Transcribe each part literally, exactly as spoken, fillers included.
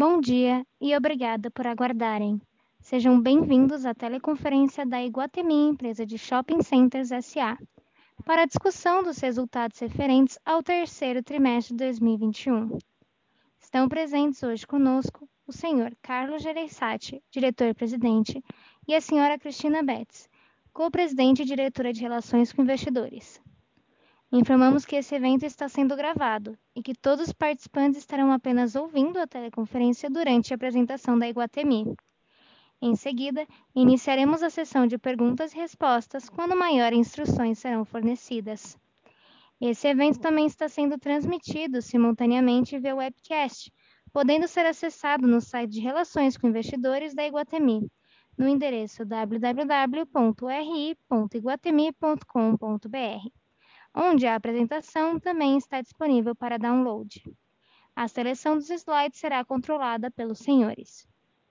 Bom dia e obrigada por aguardarem. Sejam bem-vindos à teleconferência da Iguatemi Empresa de Shopping Centers S A para a discussão dos resultados referentes ao terceiro trimestre de dois mil e vinte e um. Estão presentes hoje conosco o senhor Carlos Gereissati, diretor-presidente, e a senhora Cristina Betts, co-presidente e diretora de Relações com Investidores. Informamos que esse evento está sendo gravado e que todos os participantes estarão apenas ouvindo a teleconferência durante a apresentação da Iguatemi. Em seguida, iniciaremos a sessão de perguntas e respostas quando maiores instruções serão fornecidas. Esse evento também está sendo transmitido simultaneamente via webcast, podendo ser acessado no site de Relações com Investidores da Iguatemi, no endereço w w w ponto r i ponto iguatemi ponto com ponto b r. onde a apresentação também está disponível para download. A seleção dos slides será controlada pelos senhores.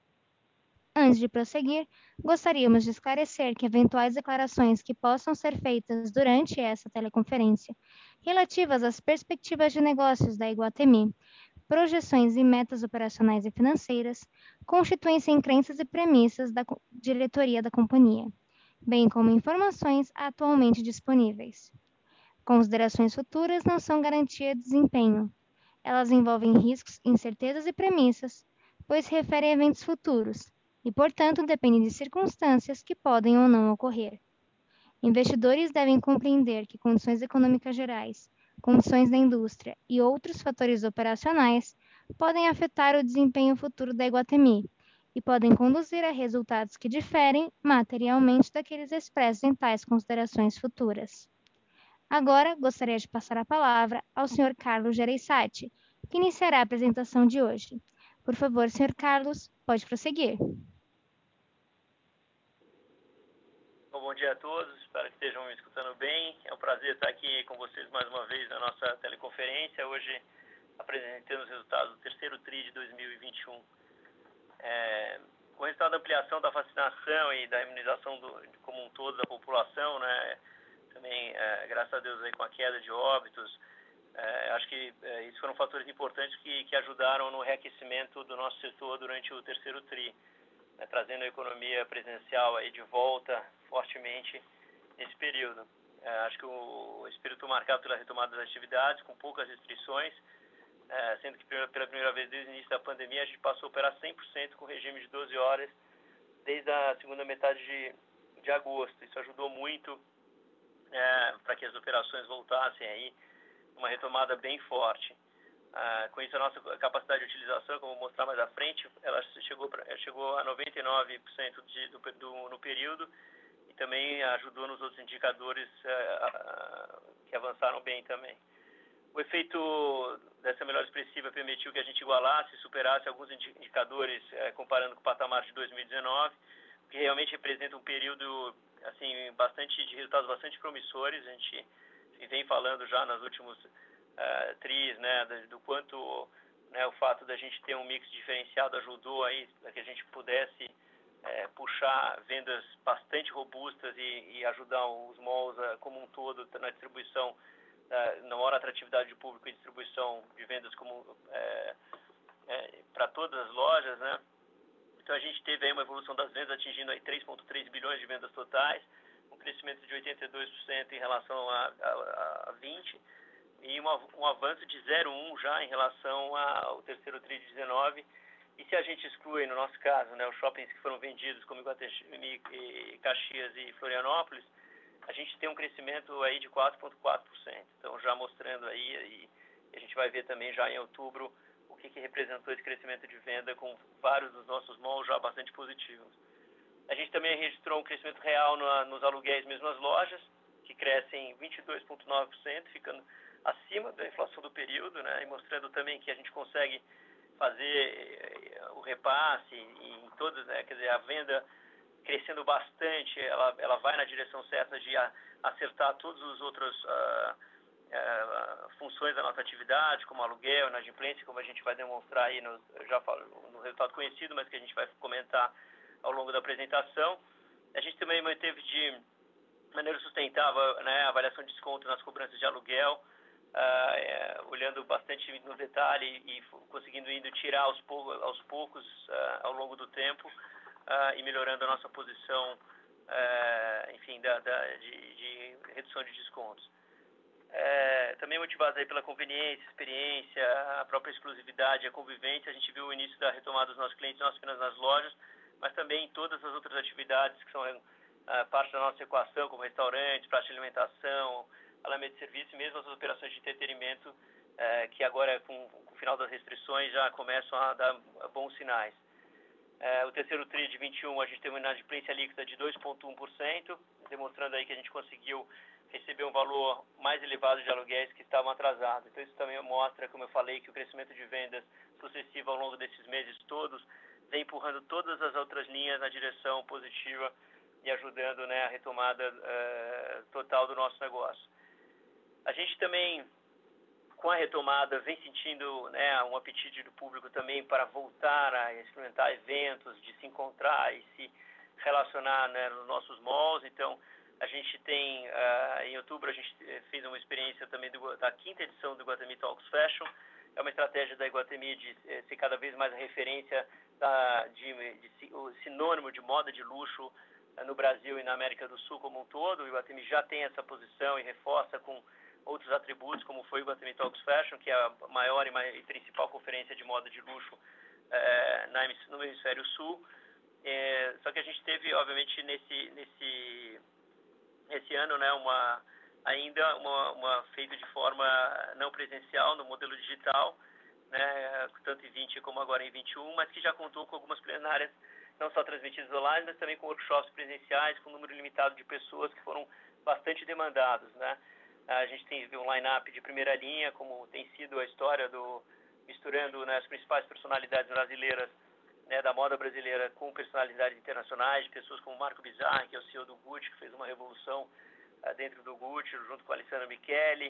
Antes de prosseguir, gostaríamos de esclarecer que eventuais declarações que possam ser feitas durante essa teleconferência, relativas às perspectivas de negócios da Iguatemi, projeções e metas operacionais e financeiras, constituem-se em crenças e premissas da diretoria da companhia, bem como informações atualmente disponíveis. Considerações futuras não são garantia de desempenho. Elas envolvem riscos, incertezas e premissas, pois se referem a eventos futuros e, portanto, dependem de circunstâncias que podem ou não ocorrer. Investidores devem compreender que condições econômicas gerais, condições da indústria e outros fatores operacionais podem afetar o desempenho futuro da Iguatemi e podem conduzir a resultados que diferem materialmente daqueles expressos em tais considerações futuras. Agora, gostaria de passar a palavra ao senhor Carlos Gereissati, que iniciará a apresentação de hoje. Por favor, senhor Carlos, pode prosseguir. Bom, bom dia a todos, espero que estejam me escutando bem. É um prazer estar aqui com vocês mais uma vez na nossa teleconferência, hoje apresentando os resultados do terceiro tri de dois mil e vinte e um. É, com o resultado da ampliação da vacinação e da imunização do, como um todo da população, né, também, é, graças a Deus, aí, com a queda de óbitos, é, acho que é, isso foram fatores importantes que, que ajudaram no reaquecimento do nosso setor durante o terceiro tri, né, trazendo a economia presencial aí de volta fortemente nesse período. É, acho que o espírito marcado pela retomada das atividades, com poucas restrições, é, sendo que pela primeira vez desde o início da pandemia a gente passou a operar cem por cento com regime de doze horas desde a segunda metade de, de agosto. Isso ajudou muito É, para que as operações voltassem aí, uma retomada bem forte. Ah, com isso, a nossa capacidade de utilização, como eu vou mostrar mais à frente, ela chegou, pra, chegou a noventa e nove por cento de, do, do, no período e também ajudou nos outros indicadores ah, que avançaram bem também. O efeito dessa melhora expressiva permitiu que a gente igualasse e superasse alguns indicadores eh, comparando com o patamar de dois mil e dezenove, que realmente representa um período assim, bastante, de resultados bastante promissores. A gente vem falando já nos últimos uh, tris, né, do, do quanto, né, o fato da gente ter um mix diferenciado ajudou aí para que a gente pudesse uh, puxar vendas bastante robustas e, e ajudar os malls uh, como um todo na distribuição, uh, na maior atratividade de público e distribuição de vendas como uh, uh, para todas as lojas, né? Então, a gente teve aí uma evolução das vendas atingindo aí três vírgula três bilhões de vendas totais, um crescimento de oitenta e dois por cento em relação a, a, a vinte e uma, um avanço de zero vírgula um já em relação ao terceiro tri de dezenove. E se a gente exclui, no nosso caso, né, os shoppings que foram vendidos, como Iguatemi, Caxias e Florianópolis, a gente tem um crescimento aí de quatro vírgula quatro por cento. Então, já mostrando aí, e a gente vai ver também já em outubro, o que, que representou esse crescimento de venda com vários dos nossos malls já bastante positivos. A gente também registrou um crescimento real no, nos aluguéis mesmo nas lojas, que crescem vinte e dois vírgula nove por cento, ficando acima da inflação do período, né, e mostrando também que a gente consegue fazer o repasse e em todas, né, quer dizer, a venda crescendo bastante, ela, ela vai na direção certa de a, acertar todas as outras uh, uh, funções da nossa atividade, como aluguel, inadimplência, como a gente vai demonstrar aí, no, já falo, no resultado conhecido, mas que a gente vai comentar ao longo da apresentação. A gente também manteve de maneira sustentável, né, a avaliação de desconto nas cobranças de aluguel, uh, é, olhando bastante no detalhe e conseguindo indo tirar aos, pou, aos poucos uh, ao longo do tempo uh, e melhorando a nossa posição, uh, enfim, da, da, de, de redução de descontos. É, também motivados aí pela conveniência, experiência, a própria exclusividade, a convivência. A gente viu o início da retomada dos nossos clientes, não apenas nas lojas, mas também em todas as outras atividades que são uh, parte da nossa equação, como restaurantes, praça de alimentação, alamento de serviço e mesmo as operações de entretenimento, uh, que agora, com, com o final das restrições, já começam a dar bons sinais. Uh, o terceiro tri de vinte e um, a gente teve uma inadimplência líquida de dois vírgula um por cento, demonstrando aí que a gente conseguiu receber um valor mais elevado de aluguéis que estavam atrasados. Então, isso também mostra, como eu falei, que o crescimento de vendas sucessivo ao longo desses meses todos vem empurrando todas as outras linhas na direção positiva e ajudando, né, a retomada uh, total do nosso negócio. A gente também, com a retomada, vem sentindo, né, um apetite do público também para voltar a experimentar eventos, de se encontrar e se relacionar, né, nos nossos malls. Então, a gente tem, uh, em outubro, a gente fez uma experiência também do, da quinta edição do Iguatemi Talks Fashion. É uma estratégia da Iguatemi de eh, ser cada vez mais a referência da, de, de, de, o sinônimo de moda de luxo uh, no Brasil e na América do Sul como um todo. O Iguatemi já tem essa posição e reforça com outros atributos, como foi o Iguatemi Talks Fashion, que é a maior e, maior, e principal conferência de moda de luxo uh, na, no Hemisfério Sul. É, só que a gente teve, obviamente, nesse... nesse esse ano, né, uma, ainda uma, uma feito de forma não presencial, no modelo digital, né, tanto em vinte como agora em vinte e um, mas que já contou com algumas plenárias, não só transmitidas online, mas também com workshops presenciais, com um número limitado de pessoas que foram bastante demandados, né. A gente tem um line-up de primeira linha, como tem sido a história do misturando, né, as principais personalidades brasileiras, né, da moda brasileira com personalidades internacionais, pessoas como Marco Bizzarri, que é o C E O do Gucci, que fez uma revolução uh, dentro do Gucci, junto com a Alessandra Michele.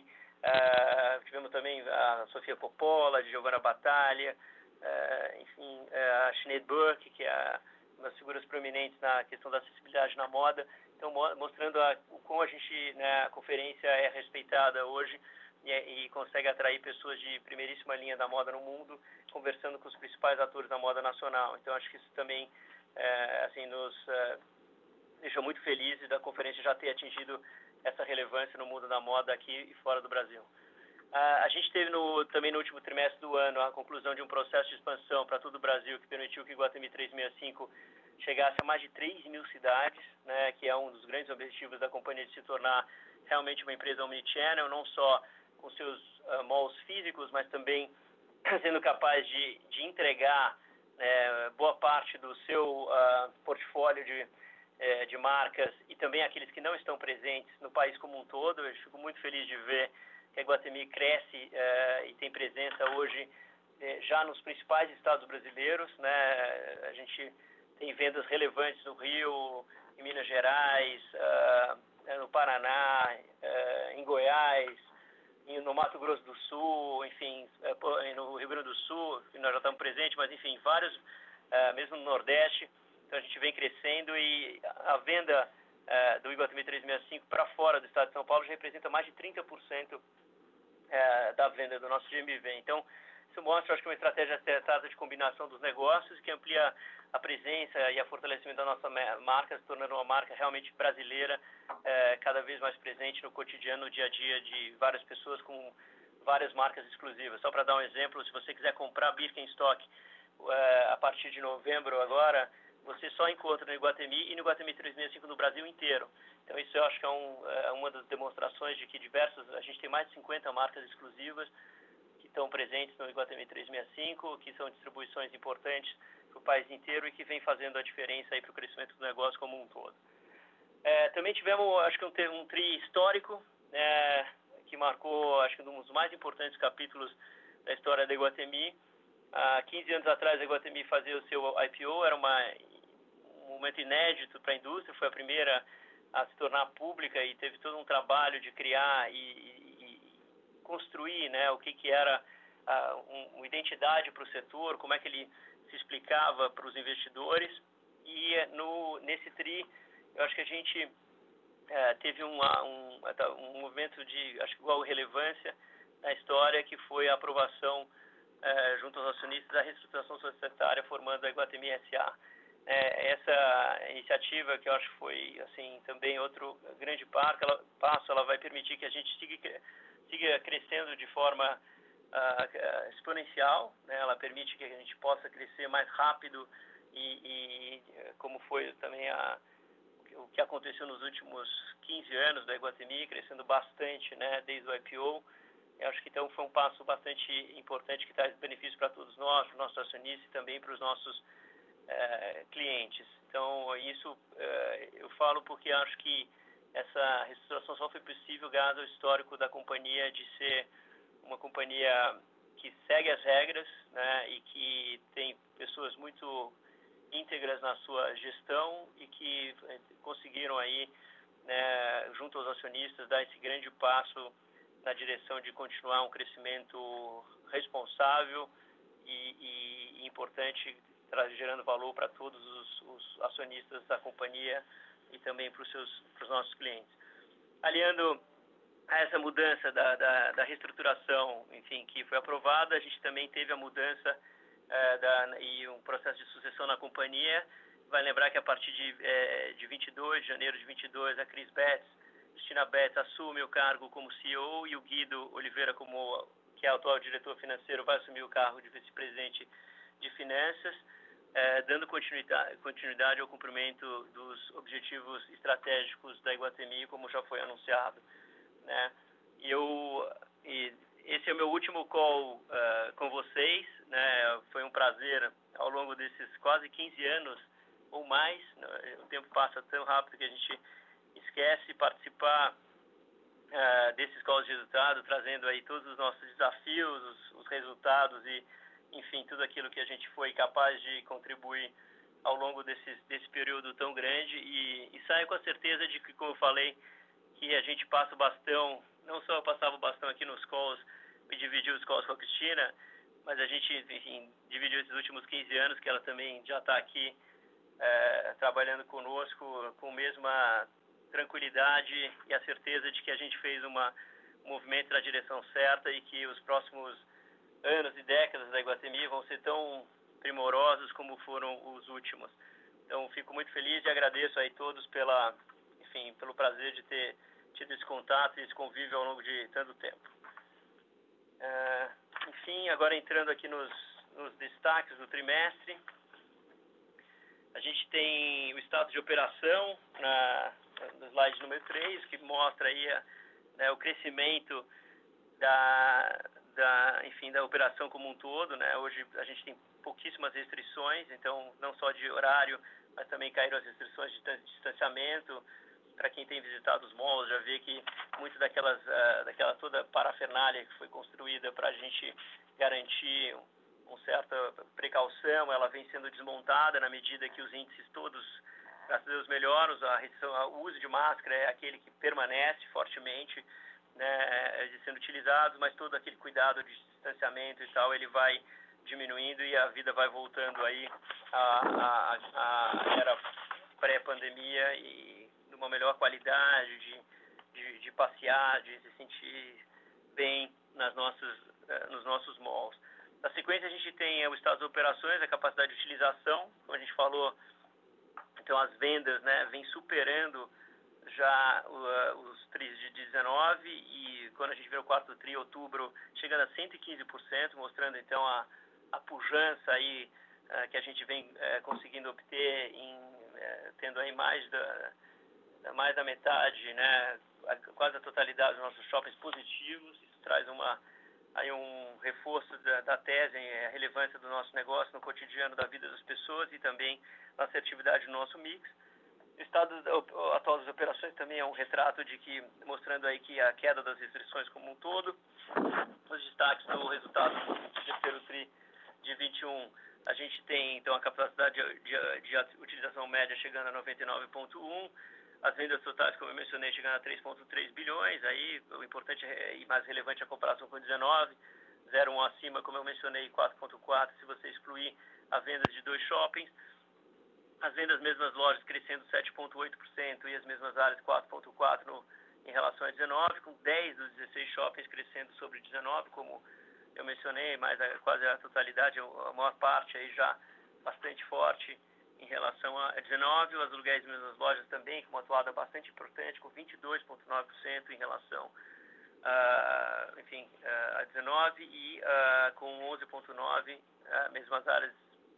Uh, tivemos também a Sofia Coppola, a Giovanna Battaglia, uh, enfim, uh, a Sinead Burke, que é uma das figuras proeminentes na questão da acessibilidade na moda. Então, mo mostrando a, o como a gente, né, a conferência é respeitada hoje e, e consegue atrair pessoas de primeiríssima linha da moda no mundo, conversando com os principais atores da moda nacional. Então, acho que isso também é, assim, nos é, deixa muito felizes da conferência já ter atingido essa relevância no mundo da moda aqui e fora do Brasil. A, a gente teve no, também no último trimestre do ano a conclusão de um processo de expansão para todo o Brasil que permitiu que o Iguatemi trezentos e sessenta e cinco chegasse a mais de três mil cidades, né, que é um dos grandes objetivos da companhia de se tornar realmente uma empresa omnichannel, não só com seus uh, malls físicos, mas também sendo capaz de, de entregar é, boa parte do seu uh, portfólio de, é, de marcas e também aqueles que não estão presentes no país como um todo. Eu fico muito feliz de ver que a Iguatemi cresce é, e tem presença hoje é, já nos principais estados brasileiros, né? A gente tem vendas relevantes no Rio, em Minas Gerais, uh, no Paraná, uh, em Goiás, no Mato Grosso do Sul, enfim, no Rio Grande do Sul, nós já estamos presentes, mas enfim, vários, mesmo no Nordeste. Então a gente vem crescendo e a venda do Iguatemi trezentos e sessenta e cinco para fora do estado de São Paulo já representa mais de trinta por cento da venda do nosso G M V. Então, isso mostra, acho que uma estratégia acertada de combinação dos negócios que amplia a presença e a fortalecimento da nossa marca, se tornando uma marca realmente brasileira, é, cada vez mais presente no cotidiano, no dia a dia de várias pessoas com várias marcas exclusivas. Só para dar um exemplo, se você quiser comprar Birkenstock é, a partir de novembro agora, você só encontra no Iguatemi e no Iguatemi trezentos e sessenta e cinco no Brasil inteiro. Então isso eu acho que é, um, é uma das demonstrações de que diversas, a gente tem mais de cinquenta marcas exclusivas que estão presentes no Iguatemi trezentos e sessenta e cinco, que são distribuições importantes para o país inteiro e que vem fazendo a diferença aí para o crescimento do negócio como um todo. É, também tivemos, acho que um, um tri histórico, é, que marcou, acho que um dos mais importantes capítulos da história da Iguatemi. Há quinze anos atrás, a Iguatemi fazia o seu I P O, era uma, um momento inédito para a indústria, foi a primeira a se tornar pública e teve todo um trabalho de criar e, e, e construir, né, o que, que era a, um, uma identidade para o setor, como é que ele se explicava para os investidores. E no, nesse tri, eu acho que a gente é, teve uma, um, um movimento de, acho que igual relevância, na história, que foi a aprovação eh, junto aos acionistas da reestruturação societária formando a Iguatemi S A É, essa iniciativa, que eu acho que foi assim também outro grande passo, ela, passo, ela vai permitir que a gente siga, siga crescendo de forma uh, exponencial, né? Ela permite que a gente possa crescer mais rápido e, e como foi também a, o que aconteceu nos últimos quinze anos da Iguatemi, crescendo bastante, né, desde o I P O. Eu acho que então foi um passo bastante importante que traz benefício para todos nós, para os nossos acionistas e também para os nossos Uh, clientes. Então, isso uh, eu falo porque acho que essa reestruturação só foi possível graças ao histórico da companhia de ser uma companhia que segue as regras, né, e que tem pessoas muito íntegras na sua gestão e que conseguiram aí, né, junto aos acionistas, dar esse grande passo na direção de continuar um crescimento responsável e, e importante, gerando valor para todos os, os acionistas da companhia e também para os seus, para os nossos clientes. Aliando a essa mudança da, da, da reestruturação, enfim, que foi aprovada, a gente também teve a mudança eh, da, e um processo de sucessão na companhia. Vai lembrar que a partir de, eh, de vinte e dois de janeiro de vinte e dois, a Cris Betts, Cristina Betts, assume o cargo como C E O e o Guido Oliveira, como, que é o atual diretor financeiro, vai assumir o cargo de vice-presidente de finanças. É, dando continuidade, continuidade ao cumprimento dos objetivos estratégicos da Iguatemi, como já foi anunciado, né? E eu, e esse é o meu último call uh, com vocês, né? Foi um prazer ao longo desses quase quinze anos ou mais, né? O tempo passa tão rápido que a gente esquece participar uh, desses calls de resultado, trazendo aí todos os nossos desafios, os, os resultados e enfim, tudo aquilo que a gente foi capaz de contribuir ao longo desse, desse período tão grande e, e saio com a certeza de que, como eu falei, que a gente passa o bastão, não só eu passava o bastão aqui nos calls e dividir os calls com a Cristina, mas a gente, enfim, dividiu esses últimos quinze anos, que ela também já está aqui é, trabalhando conosco com a mesma tranquilidade e a certeza de que a gente fez uma, um movimento na direção certa e que os próximos anos e décadas da Iguatemi vão ser tão primorosos como foram os últimos. Então, fico muito feliz e agradeço aí todos pela, enfim, pelo prazer de ter tido esse contato e esse convívio ao longo de tanto tempo. Uh, enfim, agora entrando aqui nos, nos destaques do trimestre, a gente tem o status de operação na, no slide número três, que mostra aí a, né, o crescimento da da, enfim, da operação como um todo, né? Hoje a gente tem pouquíssimas restrições, então não só de horário, mas também caíram as restrições de distanciamento. Para quem tem visitado os malls, já vê que muito daquelas, uh, daquela toda parafernália que foi construída para a gente garantir uma certa precaução, ela vem sendo desmontada na medida que os índices todos, graças a Deus, melhoram. A restrição, o uso de máscara é aquele que permanece fortemente, né, sendo utilizados, mas todo aquele cuidado de distanciamento e tal, ele vai diminuindo e a vida vai voltando aí à, à, à era pré-pandemia e numa melhor qualidade de, de, de passear, de se sentir bem nas nossas, nos nossos malls. Na sequência, a gente tem o estado de operações, a capacidade de utilização, como a gente falou, então as vendas, né, vem superando já uh, os tris de dezenove e quando a gente vê o quarto tri, outubro, chegando a cento e quinze por cento, mostrando então a, a pujança aí uh, que a gente vem uh, conseguindo obter, em, uh, tendo aí mais da, mais da metade, né, a, quase a totalidade dos nossos shoppings positivos. Isso traz uma, aí um reforço da, da tese, a relevância do nosso negócio no cotidiano da vida das pessoas e também na assertividade do nosso mix. O estado atual das operações também é um retrato de que, mostrando aí que a queda das restrições como um todo. Os destaques do resultado do terceiro tri de vinte e um, a gente tem então a capacidade de, de, de utilização média chegando a noventa e nove vírgula um, as vendas totais, como eu mencionei, chegando a três vírgula três bilhões, aí o importante e mais relevante é a comparação com dezenove, zero vírgula um acima, como eu mencionei, quatro vírgula quatro se você excluir a venda de dois shoppings. As vendas mesmas lojas crescendo sete vírgula oito por cento e as mesmas áreas quatro vírgula quatro por cento em relação a dezenove, com dez dos dezesseis shoppings crescendo sobre dezenove, como eu mencionei, mas a, quase a totalidade, a maior parte aí já bastante forte em relação a dezenove. Os aluguéis nas lojas também, com uma atuada bastante importante, com vinte e dois vírgula nove por cento em relação a, enfim, a dezenove e a, com onze vírgula nove por cento mesmas áreas,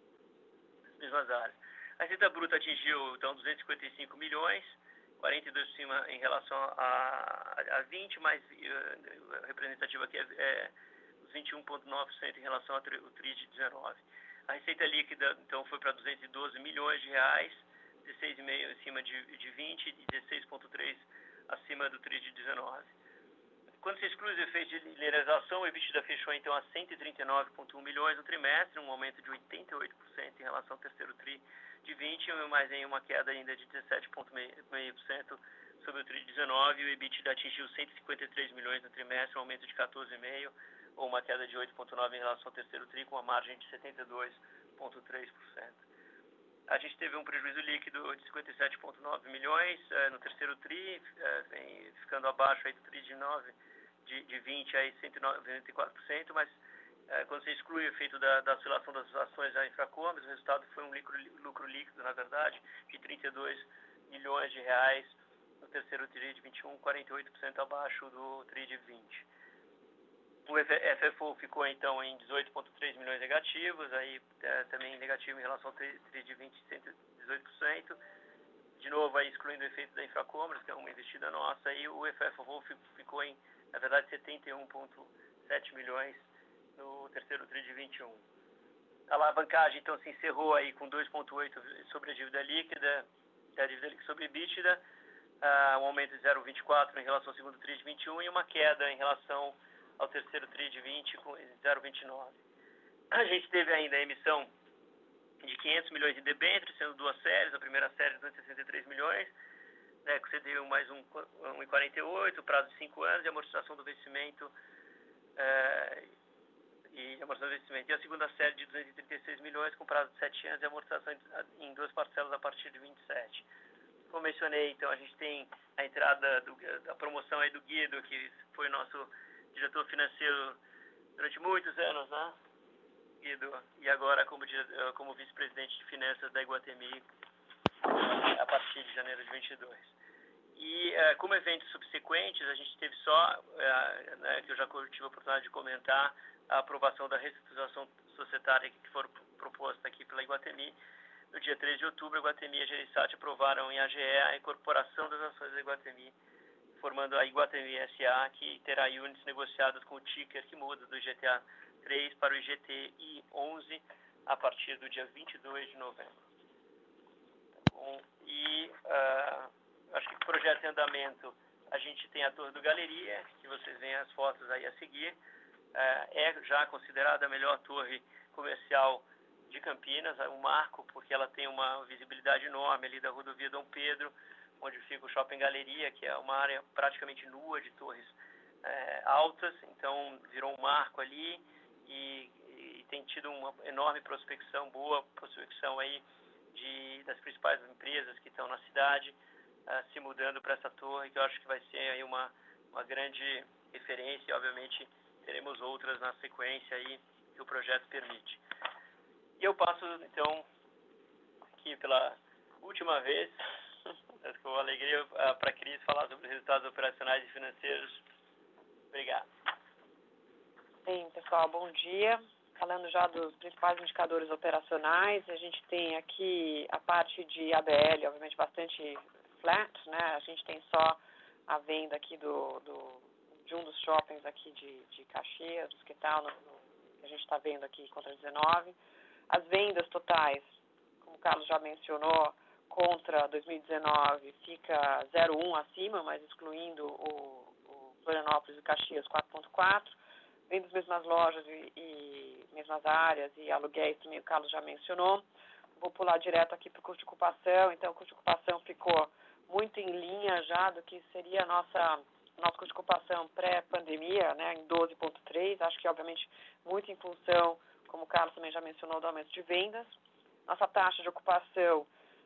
mesmas áreas. A receita bruta atingiu, então, duzentos e cinquenta e cinco milhões, quarenta e dois por cima em relação a, a vinte, mas uh, representativo aqui é, é os vinte e um vírgula nove por cento em relação ao tri, tri de dezenove. A receita líquida, então, foi para duzentos e doze milhões de reais, dezesseis vírgula cinco acima de, de vinte e dezesseis vírgula três acima do tri de dezenove. Quando se exclui os efeitos de linearização, o EBITDA fechou, então, a cento e trinta e nove vírgula um milhões no trimestre, um aumento de oitenta e oito por cento em relação ao terceiro tri de vinte, mas em uma queda ainda de dezessete vírgula cinco por cento sobre o tri de dezenove, e o EBITDA atingiu cento e cinquenta e três milhões no trimestre, um aumento de quatorze vírgula cinco por cento, ou uma queda de oito vírgula nove por cento em relação ao terceiro tri, com uma margem de setenta e dois vírgula três por cento. A gente teve um prejuízo líquido de cinquenta e sete vírgula nove milhões eh, no terceiro tri, eh, vem ficando abaixo aí do tri de nove, de, de vinte aí cento e noventa e quatro por cento, mas eh, quando você exclui o efeito da, da oscilação das ações da Infracomas, o resultado foi um lucro, lucro líquido, na verdade, de trinta e dois milhões de reais no terceiro tri de vinte e um, quarenta e oito por cento abaixo do tri de vinte. O F F O ficou, então, em dezoito vírgula três milhões negativos, aí é, também negativo em relação ao tri de vinte, cento e dezoito por cento. De novo, aí, excluindo o efeito da Infracommerce, que é uma investida nossa, aí o F F O ficou em, na verdade, setenta e um vírgula sete milhões no terceiro tri de vinte e um. A alavancagem, então, se encerrou aí com dois vírgula oito sobre a dívida líquida, a dívida líquida sobre EBITDA, uh, um aumento de zero vírgula vinte e quatro em relação ao segundo tri de vinte e um e uma queda em relação ao terceiro tri de vinte com zero vírgula vinte e nove. A gente teve ainda a emissão de quinhentos milhões de debêntures, sendo duas séries, a primeira série de duzentos e sessenta e três milhões, né, que C D U mais um vírgula quarenta e oito, prazo de cinco anos, e amortização do vencimento, é, e amortização do vencimento. E a segunda série de duzentos e trinta e seis milhões, com prazo de sete anos, e amortização em duas parcelas a partir de vinte e sete. Como mencionei, então, a gente tem a entrada do, da promoção aí do Guido, que foi nosso diretor financeiro durante muitos anos, né, Guido? E agora como, como vice-presidente de finanças da Iguatemi a partir de janeiro de vinte e dois. E uh, como eventos subsequentes, a gente teve só, uh, né, que eu já tive a oportunidade de comentar, a aprovação da reestruturação societária que foi proposta aqui pela Iguatemi. No dia três de outubro, a Iguatemi e a Gereissati aprovaram em A G E a incorporação das ações da Iguatemi, formando a Iguatemi S A, que terá units negociadas com o ticker que muda do I G T A três para o I G T I onze a partir do dia vinte e dois de novembro. Tá bom? E uh, acho que projeto em andamento, a gente tem a Torre do Galeria, que vocês veem as fotos aí a seguir. Uh, é já considerada a melhor torre comercial de Campinas, um marco, porque ela tem uma visibilidade enorme ali da rodovia Dom Pedro, onde fica o Shopping Galeria, que é uma área praticamente nua de torres é, altas, então virou um marco ali e, e tem tido uma enorme prospecção, boa prospecção aí de, das principais empresas que estão na cidade, uh, se mudando para essa torre, que eu acho que vai ser aí uma, uma grande referência, e obviamente teremos outras na sequência aí que o projeto permite. E eu passo, então, aqui pela última vez, com alegria, para a Cris falar sobre os resultados operacionais e financeiros. Obrigado. Sim, pessoal, bom dia. Falando já dos principais indicadores operacionais, a gente tem aqui a parte de A B L, obviamente bastante flat, né? A gente tem só a venda aqui do, do, de um dos shoppings aqui de, de Caxias, do Hospital, no, no, que a gente está vendo aqui contra dezenove. As vendas totais, como o Carlos já mencionou, contra dois mil e dezenove fica zero vírgula um acima, mas excluindo o, o Florianópolis e Caxias quatro vírgula quatro. Vendas das mesmas lojas e, e mesmas áreas e aluguéis também o Carlos já mencionou. Vou pular direto aqui para o custo de ocupação. Então, o custo de ocupação ficou muito em linha já do que seria a nossa nosso custo de ocupação pré-pandemia, né, em doze vírgula três. Acho que, obviamente, muito em função, como o Carlos também já mencionou, do aumento de vendas. Nossa taxa de ocupação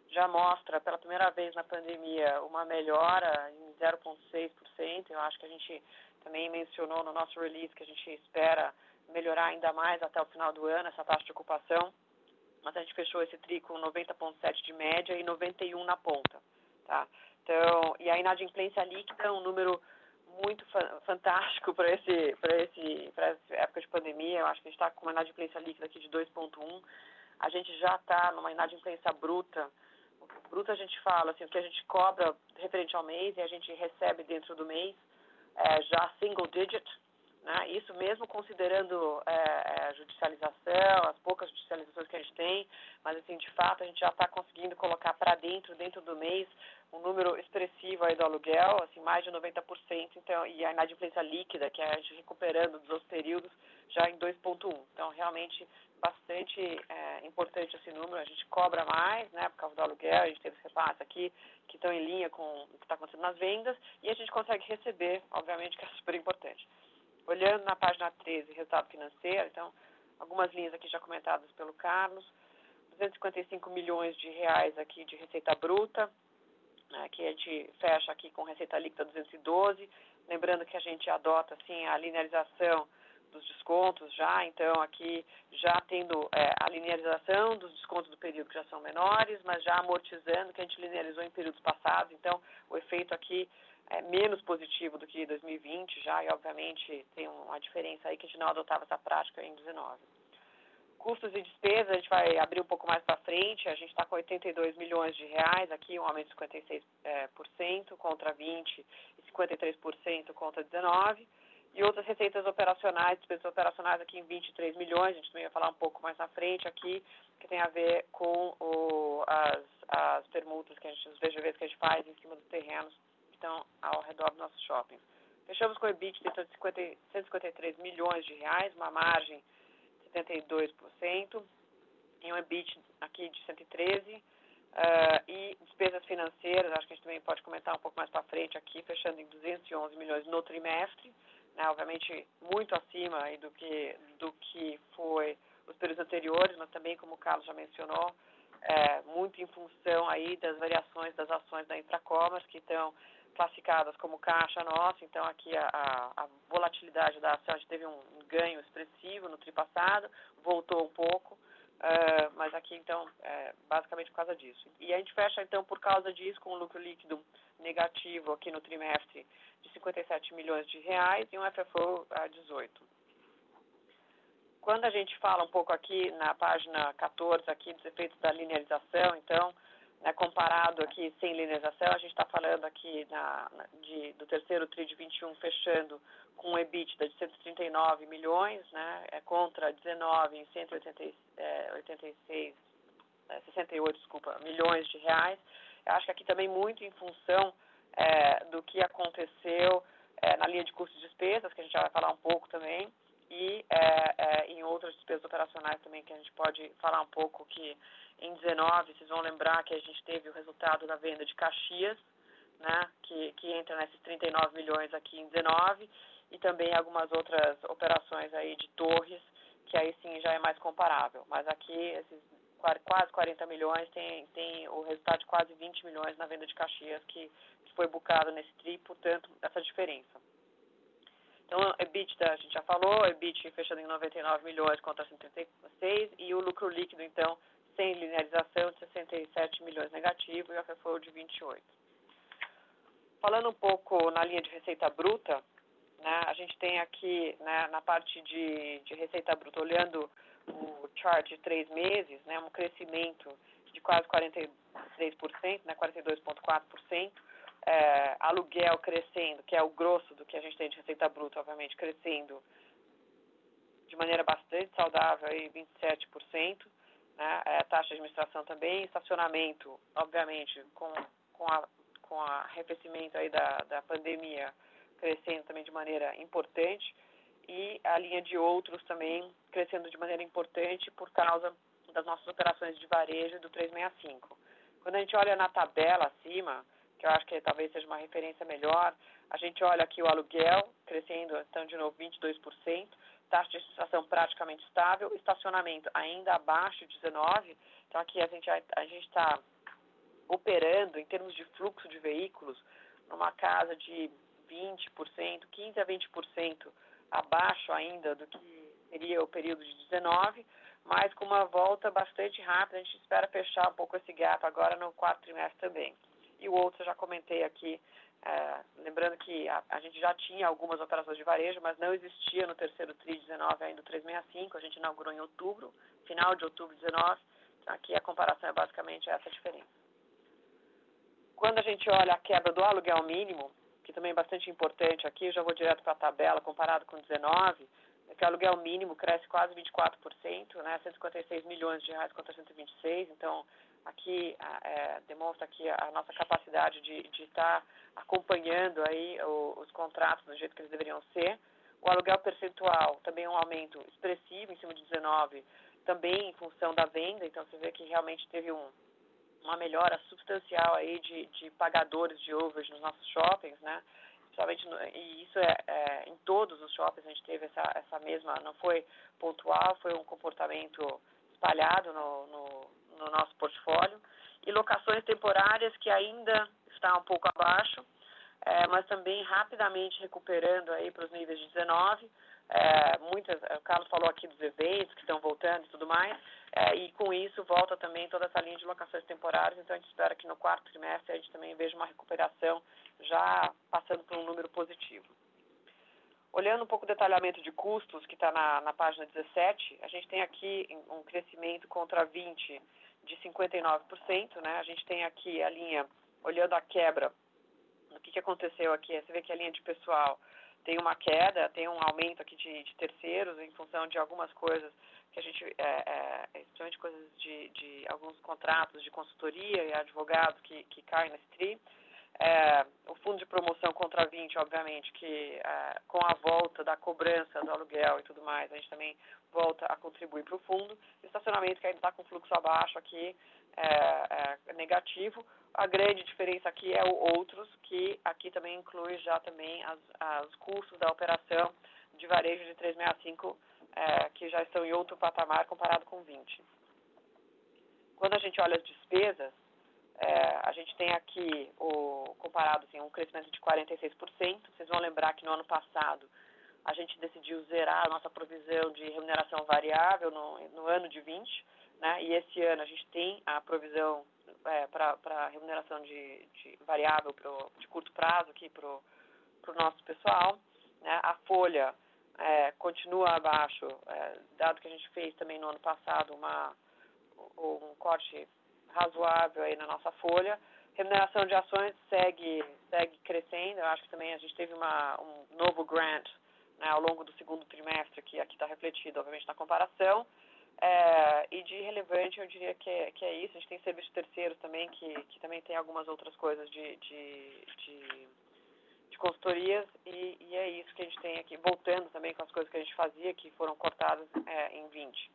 já mostra pela primeira vez na pandemia uma melhora em zero vírgula seis por cento. Eu acho que a gente também mencionou no nosso release que a gente espera melhorar ainda mais até o final do ano essa taxa de ocupação, mas a gente fechou esse tri com noventa vírgula sete de média e noventa e um na ponta, tá? Então, e a inadimplência líquida é um número muito fa- fantástico para esse, para esse, para essa época de pandemia. Eu acho que a gente está com uma inadimplência líquida aqui de dois vírgula um. A gente já está numa inadimplência bruta. Bruta a gente fala assim, o que a gente cobra referente ao mês e a gente recebe dentro do mês, é, já single digit, né? Isso mesmo considerando é, a judicialização, as poucas judicializações que a gente tem, mas assim, de fato a gente já está conseguindo colocar para dentro, dentro do mês, um número expressivo aí do aluguel, assim, mais de noventa por cento, então, e a inadimplência líquida, que é a gente recuperando dos outros períodos, já em dois vírgula um. Então, realmente, bastante é, importante esse número. A gente cobra mais, né, por causa do aluguel, a gente teve repasses aqui que estão em linha com o que está acontecendo nas vendas, e a gente consegue receber, obviamente, que é super importante. Olhando na página treze, resultado financeiro, então, algumas linhas aqui já comentadas pelo Carlos, duzentos e cinquenta e cinco milhões de reais aqui de receita bruta, né, que a gente fecha aqui com receita líquida duzentos e doze, lembrando que a gente adota, assim, a linearização dos descontos já, então aqui já tendo é, a linearização dos descontos do período que já são menores, mas já amortizando que a gente linearizou em períodos passados, então o efeito aqui é menos positivo do que dois mil e vinte já, e obviamente tem uma diferença aí que a gente não adotava essa prática em dezenove. Custos e despesas, a gente vai abrir um pouco mais para frente, a gente está com oitenta e dois milhões de reais aqui, um aumento de cinquenta e seis por cento contra vinte e cinquenta e três por cento contra dezenove. E outras receitas operacionais, despesas operacionais aqui em vinte e três milhões, a gente também vai falar um pouco mais na frente aqui, que tem a ver com o, as, as permutas, que a gente, os V G Vs que a gente faz em cima dos terrenos que estão ao redor dos nossos shoppings. Fechamos com o EBITDA de cento e cinquenta e três milhões de reais, uma margem de setenta e dois por cento, e um EBITDA aqui de cento e treze, uh, e despesas financeiras, acho que a gente também pode comentar um pouco mais para frente aqui, fechando em duzentos e onze milhões no trimestre, né, obviamente muito acima aí do que, do que foi os períodos anteriores, mas também, como o Carlos já mencionou, é, muito em função aí das variações das ações da Intracommerce, que estão classificadas como caixa nossa, então aqui a, a, a volatilidade da ação, a gente teve um ganho expressivo no tri passado, voltou um pouco, uh, mas aqui então, é, basicamente por causa disso. E a gente fecha então por causa disso com um lucro líquido negativo aqui no trimestre de cinquenta e sete milhões de reais e um F F O a dezoito. Quando a gente fala um pouco aqui na página quatorze aqui dos efeitos da linearização, então, né, comparado aqui sem linearização, a gente está falando aqui na, na, de, do terceiro tri de vinte e um fechando com um EBITDA de cento e trinta e nove milhões, né, é, contra dezenove em cento e oitenta e seis, é, sessenta e oito, desculpa, milhões de reais. Eu acho que aqui também muito em função é, do que aconteceu é, na linha de custos e despesas, que a gente já vai falar um pouco também, e é, é, em outras despesas operacionais também, que a gente pode falar um pouco, que em dezenove, vocês vão lembrar que a gente teve o resultado da venda de Caxias, né, que, que entra nesses trinta e nove milhões aqui em dezenove, e também algumas outras operações aí de torres, que aí sim já é mais comparável. Mas aqui, esses quase quarenta milhões, tem, tem o resultado de quase vinte milhões na venda de Caxias, que, que foi bucado nesse tri, portanto, essa diferença. Então, EBITDA, a gente já falou, EBITDA fechando em noventa e nove milhões contra cento e trinta e seis, e o lucro líquido, então, sem linearização, de sessenta e sete milhões negativo, e o F F O de vinte e oito. Falando um pouco na linha de receita bruta, né, a gente tem aqui, né, na parte de, de receita bruta, olhando o chart de três meses, né, um crescimento de quase quarenta e três por cento, né, quarenta e dois vírgula quatro por cento, é, aluguel crescendo, que é o grosso do que a gente tem de receita bruta, obviamente, crescendo de maneira bastante saudável, aí vinte e sete por cento, né, é, taxa de administração também, estacionamento, obviamente, com, com a com o arrefecimento aí da, da pandemia crescendo também de maneira importante, e a linha de outros também crescendo de maneira importante por causa das nossas operações de varejo do trezentos e sessenta e cinco. Quando a gente olha na tabela acima, que eu acho que talvez seja uma referência melhor, a gente olha aqui o aluguel crescendo, então, de novo, vinte e dois por cento, taxa de administração praticamente estável, estacionamento ainda abaixo de dezenove por cento, então aqui a gente a gente está operando em termos de fluxo de veículos numa casa de vinte por cento, quinze a vinte por cento abaixo ainda do que seria o período de dezenove, mas com uma volta bastante rápida. A gente espera fechar um pouco esse gap agora no quarto trimestre também. E o outro eu já comentei aqui, é, lembrando que a, a gente já tinha algumas operações de varejo, mas não existia no terceiro tri de dezenove ainda o trezentos e sessenta e cinco, a gente inaugurou em outubro, final de outubro de dezenove, então aqui a comparação é basicamente essa diferença. Quando a gente olha a quebra do aluguel mínimo, que também é bastante importante aqui, eu já vou direto para a tabela, comparado com dezenove, é que o aluguel mínimo cresce quase vinte e quatro por cento, né, cento e cinquenta e seis milhões de reais contra cento e vinte e seis, então aqui é, demonstra aqui a nossa capacidade de, de estar acompanhando aí o, os contratos do jeito que eles deveriam ser. O aluguel percentual também é um aumento expressivo em cima de dezenove, também em função da venda, então você vê que realmente teve um, uma melhora substancial aí de, de pagadores de overage nos nossos shoppings, né? Principalmente no, e isso é, é em todos os shoppings a gente teve essa, essa mesma, não foi pontual, foi um comportamento espalhado no, no, no nosso portfólio. E locações temporárias que ainda está um pouco abaixo, é, mas também rapidamente recuperando aí para os níveis de dezenove. É, muitas, o Carlos falou aqui dos eventos que estão voltando e tudo mais, é, e com isso volta também toda essa linha de locações temporárias, então a gente espera que no quarto trimestre a gente também veja uma recuperação já passando por um número positivo. Olhando um pouco o detalhamento de custos, que está na, na página dezessete, a gente tem aqui um crescimento contra vinte de cinquenta e nove por cento, né? A gente tem aqui a linha, olhando a quebra, o que, que aconteceu aqui, você vê que a linha de pessoal tem uma queda, tem um aumento aqui de, de terceiros em função de algumas coisas que a gente, é, é, especialmente coisas de, de alguns contratos de consultoria e advogados que, que caem nesse tri. É, o fundo de promoção contra vinte, obviamente, que é, com a volta da cobrança do aluguel e tudo mais, a gente também volta a contribuir para o fundo. O estacionamento que ainda está com fluxo abaixo aqui, é, é negativo. A grande diferença aqui é o outros, que aqui também inclui já também as, as custos da operação de varejo de trezentos e sessenta e cinco, é, que já estão em outro patamar comparado com vinte. Quando a gente olha as despesas, é, a gente tem aqui, o, comparado, assim, um crescimento de quarenta e seis por cento. Vocês vão lembrar que no ano passado a gente decidiu zerar a nossa provisão de remuneração variável no, no ano de vinte, né? E esse ano a gente tem a provisão é, para remuneração de, de variável pro, de curto prazo aqui para o nosso pessoal, né? A folha é, continua abaixo, é, dado que a gente fez também no ano passado uma, um corte razoável aí na nossa folha. Remuneração de ações segue, segue crescendo. Eu acho que também a gente teve uma, um novo grant, né, ao longo do segundo trimestre, que aqui está refletido, obviamente, na comparação. É, e de relevante, eu diria que é, que é isso. A gente tem serviços terceiros também, que, que também tem algumas outras coisas de, de, de, de consultorias, e, e é isso que a gente tem aqui, voltando também com as coisas que a gente fazia, que foram cortadas é, em vinte.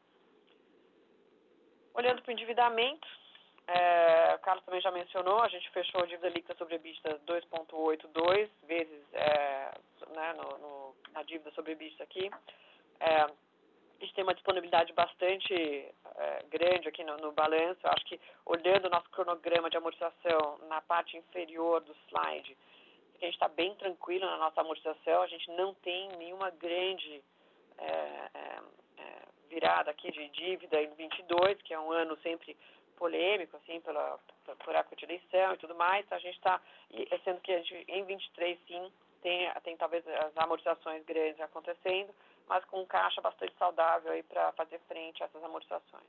Olhando para o endividamento, é, o Carlos também já mencionou, a gente fechou a dívida líquida sobre EBITDA dois vírgula oitenta e dois vezes é, né, no, no, na dívida sobre EBITDA aqui. É, a gente tem uma disponibilidade bastante é, grande aqui no, no balanço. Eu acho que, olhando o nosso cronograma de amortização na parte inferior do slide, a gente está bem tranquilo na nossa amortização. A gente não tem nenhuma grande é, é, é, virada aqui de dívida em vinte e dois, que é um ano sempre polêmico, assim, pela, por época de eleição e tudo mais. Então, a gente está, sendo que a gente, em vinte e três, sim, tem, tem talvez as amortizações grandes acontecendo, mas com um caixa bastante saudável aí para fazer frente a essas amortizações.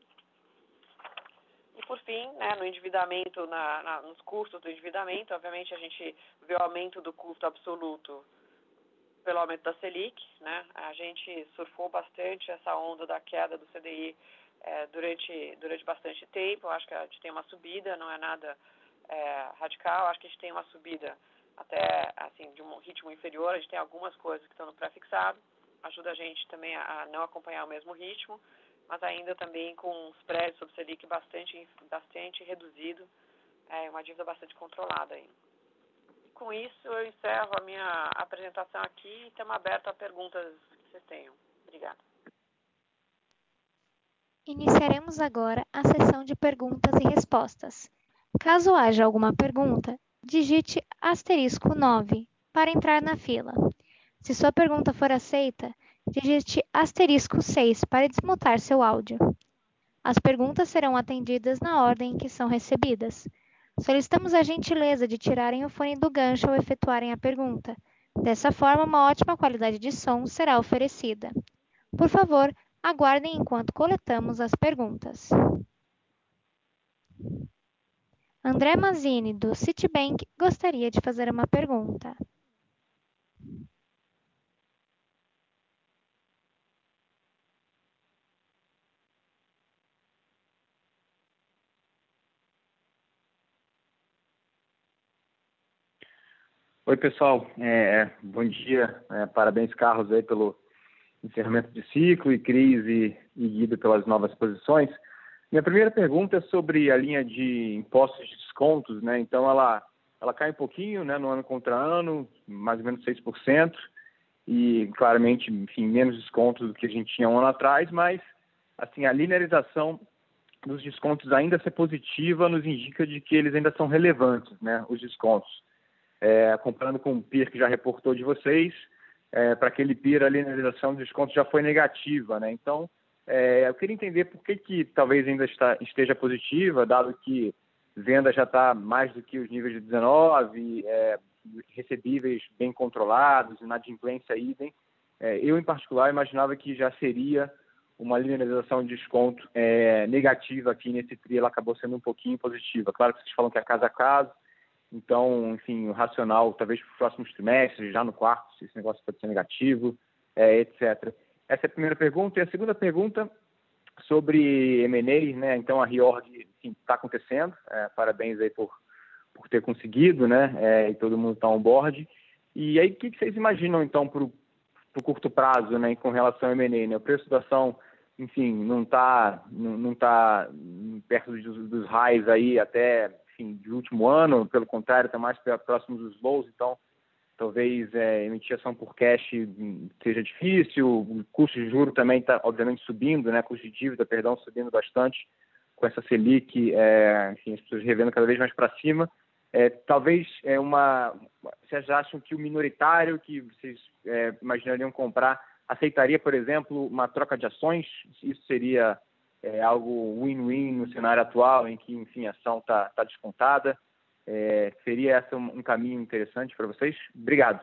E, por fim, né, no endividamento, na, na, nos custos do endividamento, obviamente a gente vê o aumento do custo absoluto pelo aumento da Selic, né? A gente surfou bastante essa onda da queda do C D I é, durante, durante bastante tempo. Eu acho que a gente tem uma subida, não é nada é, radical. Acho que a gente tem uma subida até assim, de um ritmo inferior. A gente tem algumas coisas que estão no pré-fixado. Ajuda a gente também a não acompanhar o mesmo ritmo, mas ainda também com um spread sobre Selic bastante, bastante reduzido, é uma dívida bastante controlada aí. E com isso eu encerro a minha apresentação aqui e estamos abertos a perguntas que vocês tenham. Obrigada. Iniciaremos agora a sessão de perguntas e respostas. Caso haja alguma pergunta, digite asterisco nove para entrar na fila. Se sua pergunta for aceita, digite asterisco seis para desmutar seu áudio. As perguntas serão atendidas na ordem em que são recebidas. Solicitamos a gentileza de tirarem o fone do gancho ao efetuarem a pergunta. Dessa forma, uma ótima qualidade de som será oferecida. Por favor, aguardem enquanto coletamos as perguntas. André Mazzini, do Citibank, gostaria de fazer uma pergunta. Oi, pessoal. É, bom dia. É, parabéns, Carlos, aí, pelo encerramento de ciclo e crise e guido pelas novas posições. Minha primeira pergunta é sobre a linha de impostos de descontos, né? Então, ela, ela cai um pouquinho, né, no ano contra ano, mais ou menos seis por cento, e claramente, enfim, menos descontos do que a gente tinha um ano atrás, mas, assim, a linearização dos descontos ainda ser positiva nos indica de que eles ainda são relevantes, né, os descontos. É, comparando com o P I R que já reportou de vocês, é, para aquele P I R a linearização dos descontos já foi negativa, né? Então, é, eu queria entender por que, que talvez ainda está, esteja positiva, dado que venda já está mais do que os níveis de dezenove, é, recebíveis bem controlados, inadimplência idem. É, eu, em particular, imaginava que já seria uma linearização de desconto é, negativa aqui nesse tri, ela acabou sendo um pouquinho positiva. Claro que vocês falam que é caso a caso, então, enfim, o racional, talvez para os próximos trimestres, já no quarto, se esse negócio pode ser negativo, é, etcétera. Essa é a primeira pergunta. E a segunda pergunta sobre M and A, né? Então, a reorg está acontecendo. É, parabéns aí por, por ter conseguido, né? É, e todo mundo está on board. E aí, o que, que vocês imaginam, então, para o curto prazo, né, com relação ao M and A? Né? O preço da ação, enfim, não está não, não tá perto dos, dos highs aí até... de último ano, pelo contrário, está mais próximo dos lows, então talvez é, emitir ação por cash seja difícil, o custo de juros também está, obviamente, subindo, né? Custo de dívida, perdão, subindo bastante, com essa Selic, é, enfim, as pessoas revendo cada vez mais para cima. É, talvez é uma... Vocês acham que o minoritário que vocês é, imaginariam comprar aceitaria, por exemplo, uma troca de ações? Isso seria... É algo win-win no cenário atual, em que, enfim, a ação está tá descontada. É, seria esse um, um caminho interessante para vocês? Obrigado.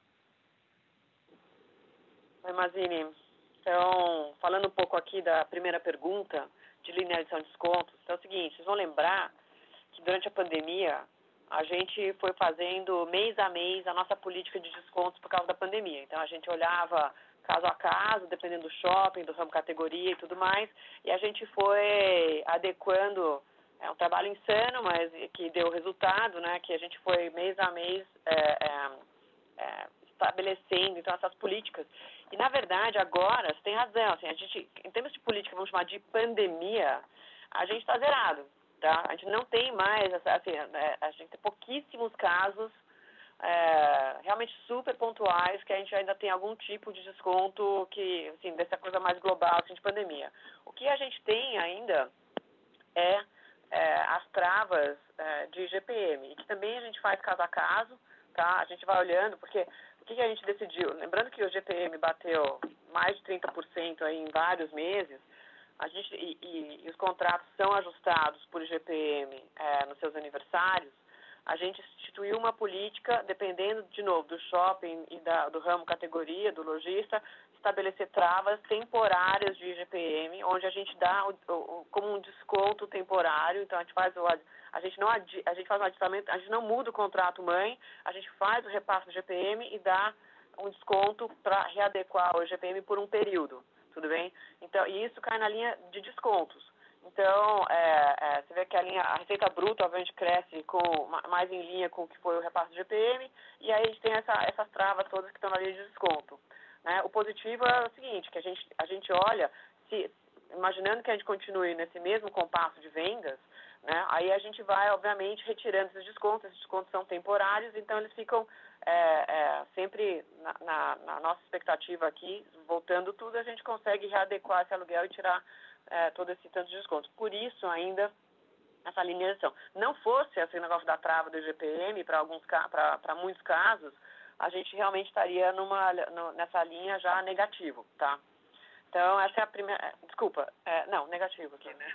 Oi, Mazzini. Então, falando um pouco aqui da primeira pergunta, de linearização de descontos, então é o seguinte, vocês vão lembrar que durante a pandemia, a gente foi fazendo mês a mês a nossa política de descontos por causa da pandemia. Então, a gente olhava caso a caso, dependendo do shopping, do ramo categoria e tudo mais, e a gente foi adequando, é um trabalho insano, mas que deu resultado, né, que a gente foi mês a mês é, é, é, estabelecendo, então, essas políticas. E, na verdade, agora, você tem razão, assim, a gente, em termos de política, vamos chamar de pandemia, a gente está zerado, tá? A gente não tem mais, assim, a gente tem pouquíssimos casos É, realmente super pontuais, que a gente ainda tem algum tipo de desconto que, assim, dessa coisa mais global, assim, de pandemia. O que a gente tem ainda é, é as travas é, de I G P M, e que também a gente faz caso a caso, tá? A gente vai olhando, porque o que a gente decidiu? Lembrando que o I G P M bateu mais de trinta por cento aí em vários meses, a gente, e, e, e os contratos são ajustados por I G P M é, nos seus aniversários. A gente instituiu uma política, dependendo, de novo, do shopping e da, do ramo categoria, do lojista, estabelecer travas temporárias de I G P M, onde a gente dá o, o, como um desconto temporário. Então, a gente faz o, a gente não adi, a gente faz um aditamento, a gente não muda o contrato mãe, a gente faz o repasse do I G P M e dá um desconto para readequar o I G P M por um período, tudo bem? Então, e isso cai na linha de descontos. Então, é, é, você vê que a, linha, a receita bruta, obviamente, cresce com, mais em linha com o que foi o repasse do G P M, e aí a gente tem essa, essas travas todas que estão na linha de desconto. Né? O positivo é o seguinte, que a gente, a gente olha, se, imaginando que a gente continue nesse mesmo compasso de vendas, né, aí a gente vai, obviamente, retirando esses descontos, esses descontos são temporários, então eles ficam é, é, sempre na, na, na nossa expectativa aqui, voltando tudo, a gente consegue readequar esse aluguel e tirar É, todo esse tanto de desconto. Por isso, ainda, essa linearização. Não fosse esse negócio da trava do I G P M, para alguns para muitos casos, a gente realmente estaria numa, nessa linha já negativo, tá? Então, essa é a primeira... Desculpa, é, não, negativo aqui, né?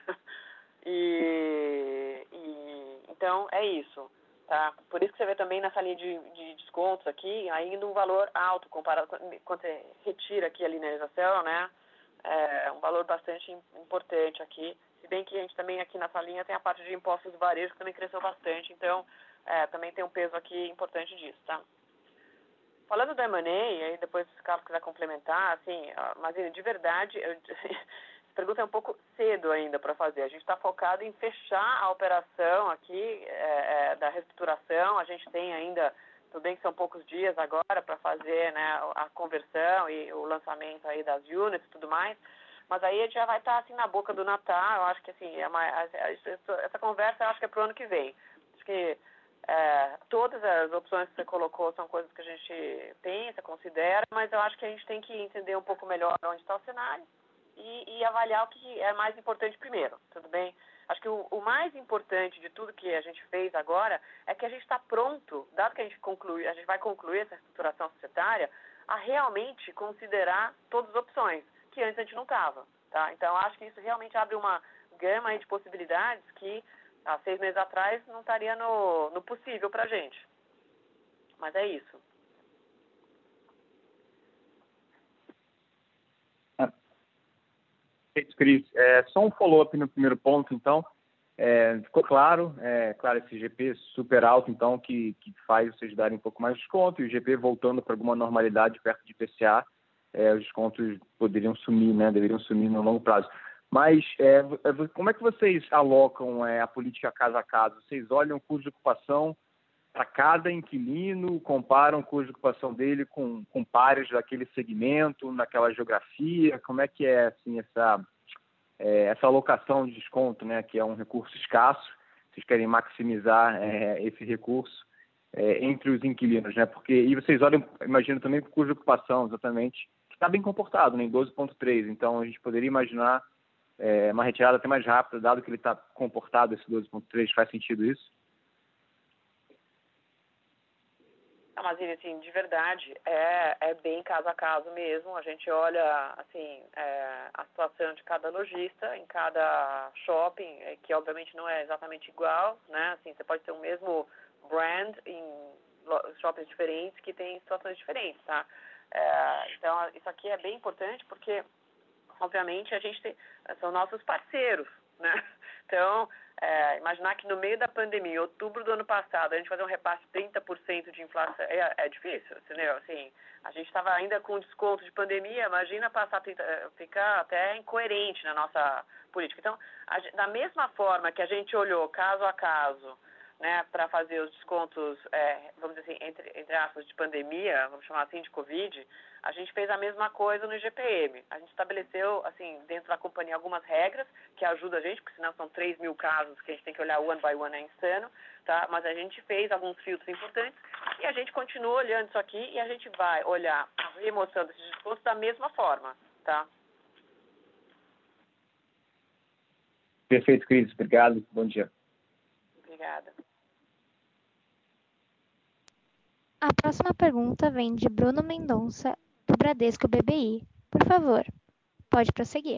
E, e, então, é isso, tá? Por isso que você vê também nessa linha de, de descontos aqui, ainda um valor alto comparado quando você retira aqui a linearização, né? É um valor bastante importante aqui. Se bem que a gente também aqui nessa linha tem a parte de impostos do varejo que também cresceu bastante, então é, também tem um peso aqui importante disso, tá? Falando do M and A, aí depois se o Carlos quiser complementar, assim, mas de verdade, eu, essa pergunta é um pouco cedo ainda para fazer. A gente está focado em fechar a operação aqui é, é, da reestruturação. A gente tem ainda, tudo bem que são poucos dias agora para fazer, né, a conversão e o lançamento aí das units e tudo mais, mas aí a gente já vai estar tá, assim na boca do Natal. Eu acho que assim, é uma, essa conversa eu acho que é para o ano que vem. Acho que É, todas as opções que você colocou são coisas que a gente pensa, considera, mas eu acho que a gente tem que entender um pouco melhor onde está o cenário e, e avaliar o que é mais importante primeiro, tudo bem? Acho que o, o mais importante de tudo que a gente fez agora é que a gente está pronto, dado que a gente, conclui, a gente vai concluir essa estruturação societária, a realmente considerar todas as opções, que antes a gente não estava, tá? Então, acho que isso realmente abre uma gama aí de possibilidades que há seis meses atrás não estaria no, no possível para a gente. Mas é isso. Perfeito, Cris. É, só um follow-up no primeiro ponto, então. É, ficou claro, é, claro, esse G P super alto, então, que, que faz vocês darem um pouco mais de desconto, e o G P voltando para alguma normalidade perto de I P C A, é, os descontos poderiam sumir, né, deveriam sumir no longo prazo. Mas é, como é que vocês alocam é, a política casa a casa? Vocês olham o custo de ocupação para cada inquilino, comparam o custo de ocupação dele com, com pares daquele segmento, naquela geografia? Como é que é assim, essa, é, essa alocação de desconto, né, que é um recurso escasso? Vocês querem maximizar é, esse recurso é, entre os inquilinos, né? Porque, e vocês olham, imagino também, para o custo de ocupação, exatamente, que está bem comportado, né, em doze ponto três. Então, a gente poderia imaginar É uma retirada até mais rápida, dado que ele está comportado, esse doze ponto três, faz sentido isso? Ah, mas, assim, de verdade, é, é bem caso a caso mesmo. A gente olha, assim, é, a situação de cada lojista, em cada shopping, que obviamente não é exatamente igual, né? Assim, você pode ter o mesmo brand em shoppings diferentes que tem situações diferentes, tá? É, então, isso aqui é bem importante porque obviamente, a gente tem, são nossos parceiros, né? Então, é, imaginar que no meio da pandemia, em outubro do ano passado, a gente fazer um repasse de trinta por cento de inflação, é, é difícil, entendeu? Assim, a gente estava ainda com desconto de pandemia, imagina passar, ficar até incoerente na nossa política. Então, a, da mesma forma que a gente olhou caso a caso, né, para fazer os descontos, é, vamos dizer assim, entre, entre aspas, de pandemia, vamos chamar assim, de Covid, a gente fez a mesma coisa no I G P M. A gente estabeleceu, assim, dentro da companhia algumas regras que ajudam a gente, porque senão são três mil casos que a gente tem que olhar one by one, é insano, tá? Mas a gente fez alguns filtros importantes e a gente continua olhando isso aqui e a gente vai olhar a remoção desses descontos da mesma forma, tá? Perfeito, Cris. Obrigado. Bom dia. Obrigada. A próxima pergunta vem de Bruno Mendonça, do Bradesco B B I. Por favor, pode prosseguir.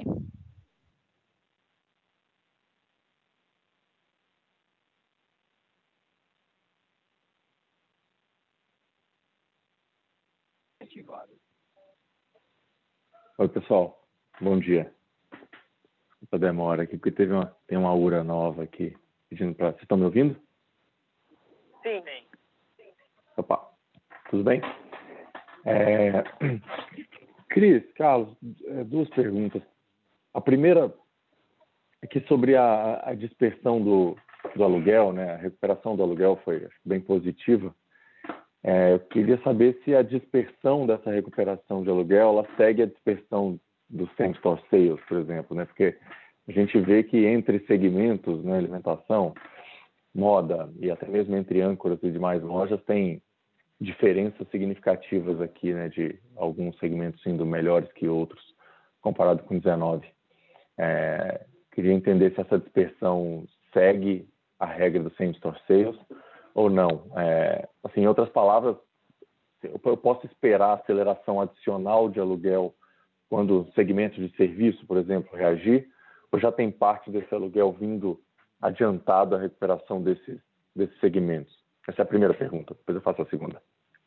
Oi, pessoal. Bom dia. Essa demora aqui, porque teve uma, tem uma U R A nova aqui pedindo para... Vocês estão me ouvindo? Sim. Opa, tudo bem? É... Cris, Carlos, duas perguntas. A primeira é que sobre a, a dispersão do, do aluguel, né? A recuperação do aluguel foi bem positiva. É, eu queria saber se a dispersão dessa recuperação de aluguel ela segue a dispersão do same-store sales, por exemplo, né? Porque a gente vê que entre segmentos, né, alimentação, moda e até mesmo entre âncoras e demais lojas tem diferenças significativas aqui, né, de alguns segmentos sendo melhores que outros comparado com dezenove. É, queria entender se essa dispersão segue a regra do same store sales ou não? É, assim, em outras palavras, eu posso esperar aceleração adicional de aluguel quando segmentos de serviço, por exemplo, reagir, ou já tem parte desse aluguel vindo adiantado à recuperação desses, desses segmentos? Essa é a primeira pergunta, depois eu faço a segunda.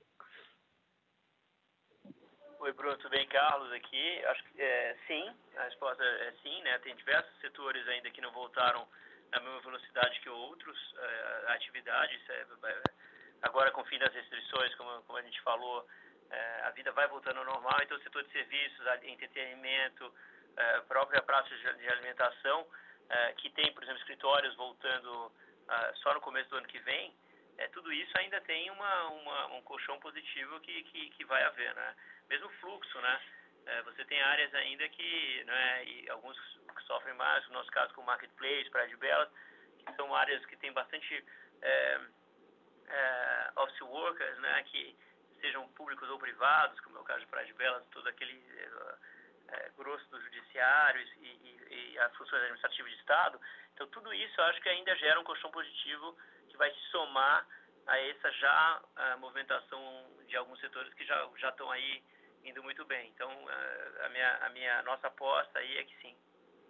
Oi, Bruno, tudo bem? Carlos aqui. Acho que é, sim, a resposta é sim, né? Tem diversos setores ainda que não voltaram na mesma velocidade que outros, é, a atividade, é, agora com o fim das restrições, como, como a gente falou, é, a vida vai voltando ao normal, então o setor de serviços, entretenimento, é, própria praça de alimentação, é, que tem, por exemplo, escritórios voltando é, só no começo do ano que vem, é, tudo isso ainda tem uma, uma, um colchão positivo que, que, que vai haver, né? Mesmo fluxo, né? É, você tem áreas ainda que, né, e alguns que sofrem mais, no nosso caso com o Marketplace, Praia de Belas, que são áreas que tem bastante é, é, office workers, né, que sejam públicos ou privados, como é o caso de Praia de Belas, todo aquele é, é, grosso do judiciário e, e, e as funções administrativas de Estado. Então, tudo isso eu acho que ainda gera um colchão positivo que vai se somar a essa já a movimentação de alguns setores que já, já estão aí indo muito bem. Então, a minha, a minha nossa aposta aí é que sim.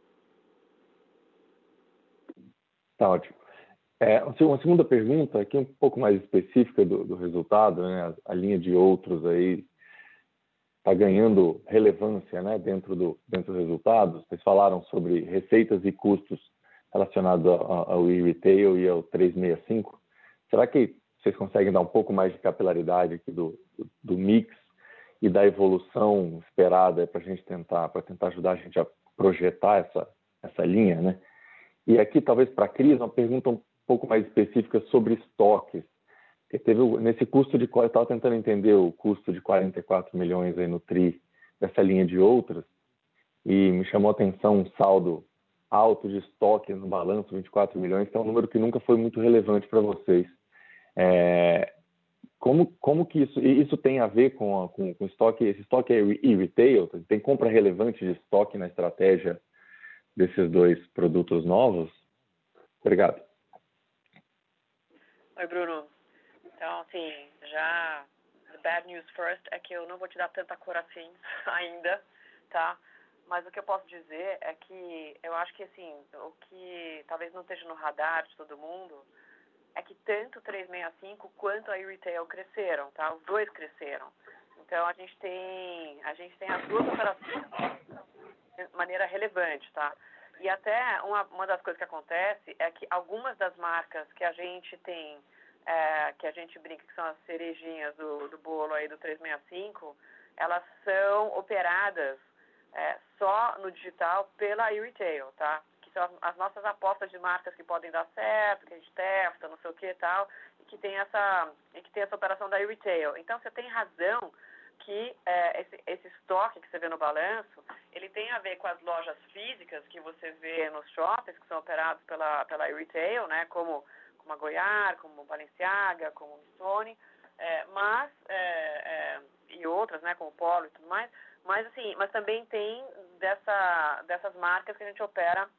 Tá ótimo. É, uma segunda pergunta, aqui um pouco mais específica do, do resultado, né? A, a linha de outros aí está ganhando relevância, né, dentro do dentro dos resultados. Vocês falaram sobre receitas e custos relacionados ao, ao e-retail e ao trezentos e sessenta e cinco. Será que vocês conseguem dar um pouco mais de capilaridade aqui do, do, do mix e da evolução esperada para a gente tentar, para tentar ajudar a gente a projetar essa, essa linha, né? E aqui, talvez para a Cris, uma pergunta um pouco mais específica sobre estoques. Porque teve, nesse custo de, eu estava tentando entender o custo de quarenta e quatro milhões aí no T R I, dessa linha de outras, e me chamou a atenção um saldo alto de estoque no balanço, vinte e quatro milhões, que é um número que nunca foi muito relevante para vocês. É, como, como que isso, isso tem a ver com, a, com, com estoque? Esse estoque é e-retail? Tem compra relevante de estoque na estratégia desses dois produtos novos? Obrigado. Oi, Bruno. Então, assim, já the bad news first é que eu não vou te dar tanta cor assim ainda, tá? Mas o que eu posso dizer é que eu acho que, assim, o que talvez não esteja no radar de todo mundo é que tanto o trezentos e sessenta e cinco quanto a e-retail cresceram, tá? Os dois cresceram. Então, a gente tem, a gente tem as duas operações de maneira relevante, tá? E até uma, uma das coisas que acontece é que algumas das marcas que a gente tem, é, que a gente brinca que são as cerejinhas do, do bolo aí do trezentos e sessenta e cinco, elas são operadas é, só no digital pela e-retail, tá? Que são as, as nossas apostas de marcas que podem dar certo, que a gente testa, não sei o que e tal, e que tem essa, e que tem essa operação da e-retail. Então, você tem razão que é, esse, esse estoque que você vê no balanço, ele tem a ver com as lojas físicas que você vê nos shoppings, que são operados pela, pela e-retail, né, como, como a Goiás, como Balenciaga, como Missoni, é, mas, é, é, e outras, né, como Polo e tudo mais, mas, assim, mas também tem dessa, dessas marcas que a gente opera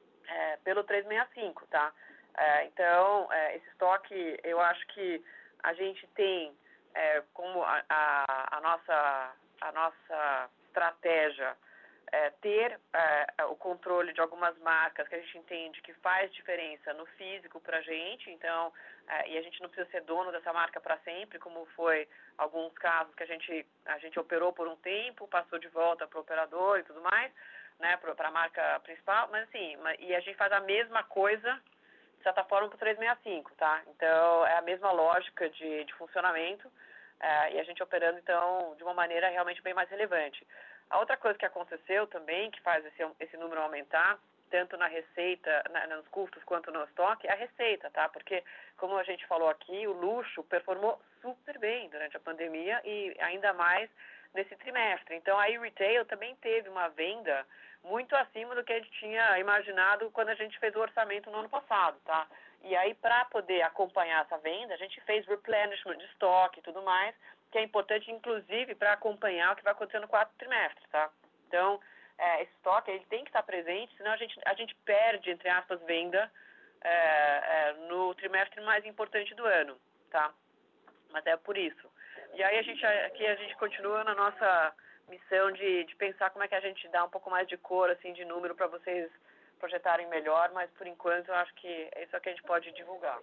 é, pelo trezentos e sessenta e cinco, tá? É, então, é, esse estoque, eu acho que a gente tem É, como a, a, a, nossa, a nossa estratégia é ter é, o controle de algumas marcas que a gente entende que faz diferença no físico para a gente, então, é, e a gente não precisa ser dono dessa marca para sempre, como foi alguns casos que a gente, a gente operou por um tempo, passou de volta para o operador e tudo mais, né, para a marca principal, mas assim, e a gente faz a mesma coisa de certa forma, para o trezentos e sessenta e cinco, tá? Então, é a mesma lógica de, de funcionamento é, e a gente operando, então, de uma maneira realmente bem mais relevante. A outra coisa que aconteceu também, que faz esse, esse número aumentar, tanto na receita, na, nos custos quanto no estoque, é a receita, tá? Porque, como a gente falou aqui, o luxo performou super bem durante a pandemia e ainda mais nesse trimestre. Então, a e-retail também teve uma venda muito acima do que a gente tinha imaginado quando a gente fez o orçamento no ano passado, tá? E aí, para poder acompanhar essa venda, a gente fez replenishment de estoque e tudo mais, que é importante, inclusive, para acompanhar o que vai acontecer no quarto trimestre, tá? Então, é, esse estoque, ele tem que estar presente, senão a gente, a gente perde, entre aspas, venda é, é, no trimestre mais importante do ano, tá? Mas é por isso. E aí a gente, aqui a gente continua na nossa missão de, de pensar como é que a gente dá um pouco mais de cor, assim, de número para vocês projetarem melhor, mas por enquanto eu acho que é isso que a gente pode divulgar.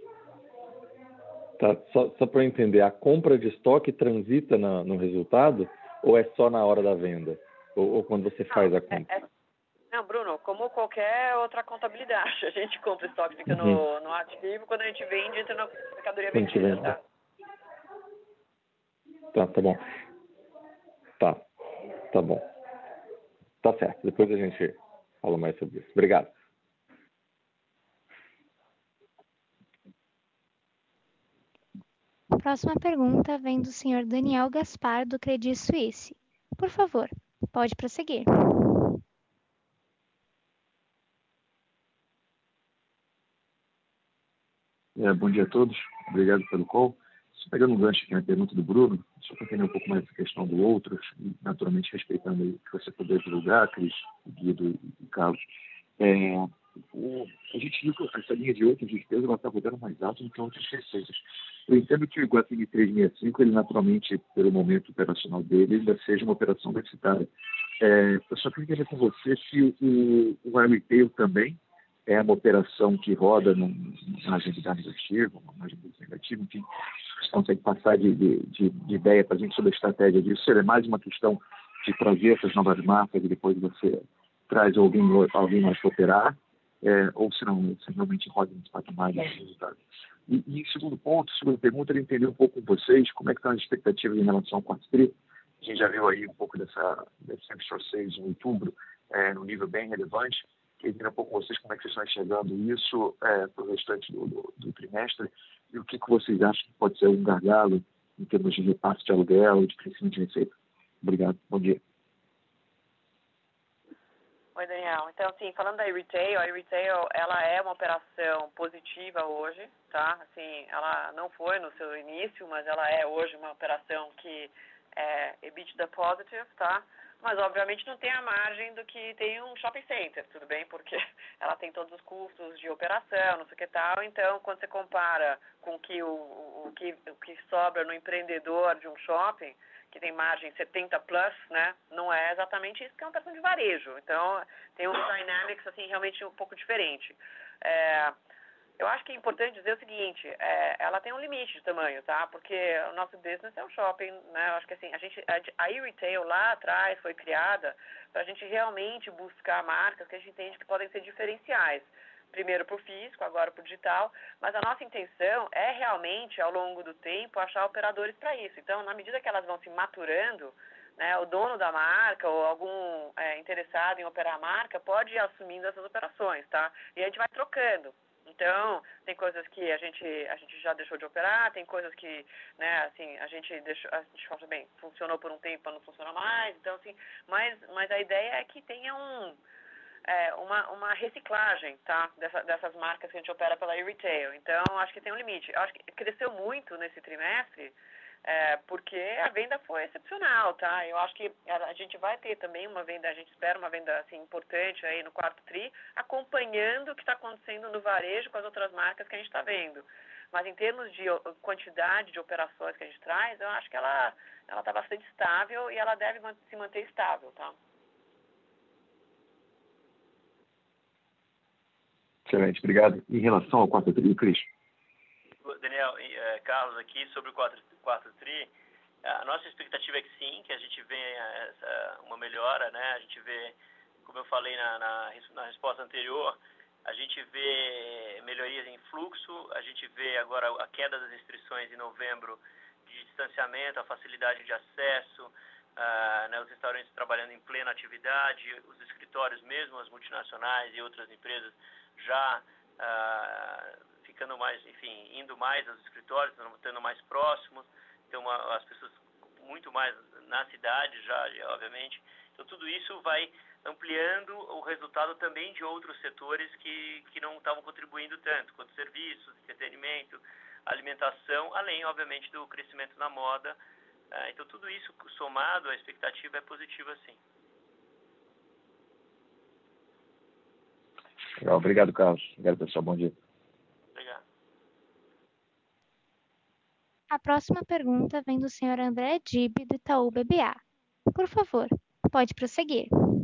Tá, só só para eu entender, a compra de estoque transita na, no resultado ou é só na hora da venda? Ou, ou quando você faz Não, a compra? É, é, não, Bruno, como qualquer outra contabilidade, a gente compra estoque, fica Uhum. no, no ativo, quando a gente vende, entra na mercadoria Quando te vendida, vende, tá? Tá, tá bom. Tá, tá bom. Tá certo, depois a gente fala mais sobre isso. Obrigado. Próxima pergunta vem do senhor Daniel Gaspar, do Credit Suisse. Por favor, pode prosseguir. É, bom dia a todos, obrigado pelo call. Só pegando um gancho aqui na pergunta do Bruno, só para entender um pouco mais essa questão do outros, e naturalmente respeitando aí o que você puder divulgar, Cris, Guido e Carlos. É, o, a gente viu que essa linha de outras despesas ela está rodando mais alto do que outras receitas. Eu entendo que o Iguatemi trezentos e sessenta e cinco, ele naturalmente, pelo momento operacional dele, ainda seja uma operação deficitária. É, eu só queria entender com você se o, o iRetail também é uma operação que roda numa margem de dados negativa, uma margem de dados negativa, enfim, você consegue passar de, de, de, de ideia para a gente sobre a estratégia disso. Se é mais uma questão de trazer essas novas marcas e depois você traz alguém, alguém mais para operar, é, ou se não, se realmente roda nesse patamar de resultado. E, e segundo ponto, segunda pergunta, ele entender um pouco com vocês como é que estão as expectativas em relação ao quarto tri. A gente já viu aí um pouco dessa, desse same-store sales em outubro, é, num nível bem relevante. Queria entender um pouco com vocês como é que vocês estão enxergando isso é, para o restante do, do, do trimestre e o que, que vocês acham que pode ser um gargalo em termos de repasse de aluguel e de crescimento de receita. Obrigado. Bom dia. Oi, Daniel. Então, assim, falando da iRetail, a iRetail, ela é uma operação positiva hoje, tá? Assim, ela não foi no seu início, mas ela é hoje uma operação que é EBITDA positive, tá? Mas, obviamente, não tem a margem do que tem um shopping center, tudo bem? Porque ela tem todos os custos de operação, não sei o que tal. Então, quando você compara com que o, o, que, o que sobra no empreendedor de um shopping, que tem margem setenta plus, né? Não é exatamente isso que é uma operação de varejo. Então, tem um dynamics, assim, realmente um pouco diferente. É... Eu acho que é importante dizer o seguinte, é, ela tem um limite de tamanho, tá? Porque o nosso business é um shopping, né? Eu acho que assim, a gente, a iRetail lá atrás foi criada para a gente realmente buscar marcas que a gente entende que podem ser diferenciais. Primeiro para o físico, agora para o digital, mas a nossa intenção é realmente, ao longo do tempo, achar operadores para isso. Então, na medida que elas vão se maturando, né, o dono da marca ou algum é, interessado em operar a marca pode ir assumindo essas operações, tá? E a gente vai trocando. Então, tem coisas que a gente, a gente já deixou de operar, tem coisas que, né, assim, a gente deixou, a gente fala bem, funcionou por um tempo, não funciona mais, então, assim, mas, mas a ideia é que tenha um, é, uma, uma reciclagem, tá, Dessa, dessas marcas que a gente opera pela iRetail. Então, acho que tem um limite. Eu acho que cresceu muito nesse trimestre, É, porque a venda foi excepcional, tá? Eu acho que a, a gente vai ter também uma venda, a gente espera uma venda assim, importante aí no quarto tri, acompanhando o que está acontecendo no varejo com as outras marcas que a gente está vendo. Mas em termos de quantidade de operações que a gente traz, eu acho que ela ela está bastante estável e ela deve se manter estável, tá? Excelente, obrigado. Em relação ao quarto tri, Cris? Daniel, eh, Carlos aqui, sobre o quarto tri, a nossa expectativa é que sim, que a gente vê essa, uma melhora, né? A gente vê, como eu falei na, na, na resposta anterior, a gente vê melhorias em fluxo, a gente vê agora a queda das restrições em novembro de distanciamento, a facilidade de acesso, uh, né, os restaurantes trabalhando em plena atividade, os escritórios mesmo, as multinacionais e outras empresas já uh, ficando mais, enfim, indo mais aos escritórios, estando mais próximos, então uma, as pessoas muito mais na cidade já, obviamente. Então tudo isso vai ampliando o resultado também de outros setores que, que não estavam contribuindo tanto, quanto serviços, entretenimento, alimentação, além, obviamente, do crescimento na moda. Então tudo isso somado, a expectativa é positiva, sim. Legal, obrigado, Carlos. Obrigado, pessoal. Bom dia. Obrigado. A próxima pergunta vem do senhor André Dib, do Itaú B B A. Por favor, pode prosseguir.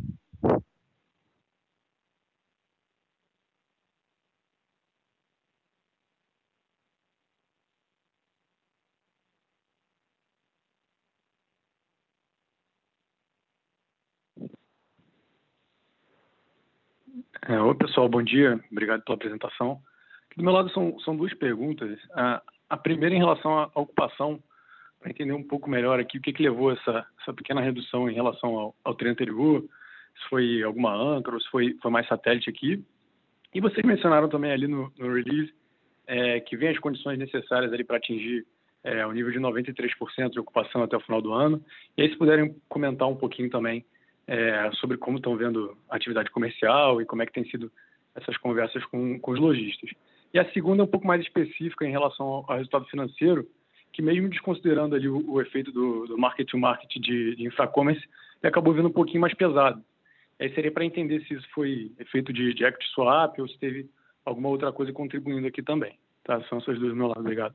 É, oi, pessoal, bom dia. Obrigado pela apresentação. Aqui do meu lado são, são duas perguntas. A, a primeira em relação à ocupação, para entender um pouco melhor aqui o que, que levou essa, essa pequena redução em relação ao, ao trem anterior, se foi alguma âncora ou se foi, foi mais satélite aqui. E vocês mencionaram também ali no, no release é, que vem as condições necessárias ali para atingir é, o nível de noventa e três por cento de ocupação até o final do ano. E aí, se puderem comentar um pouquinho também É, sobre como estão vendo a atividade comercial e como é que tem sido essas conversas com, com os lojistas. E a segunda é um pouco mais específica em relação ao, ao resultado financeiro, que mesmo desconsiderando ali o, o efeito do, do market-to-market de, de infracommerce, ele acabou vindo um pouquinho mais pesado. Aí seria para entender se isso foi efeito de, de equity swap ou se teve alguma outra coisa contribuindo aqui também. Tá? São essas duas do meu lado. Obrigado.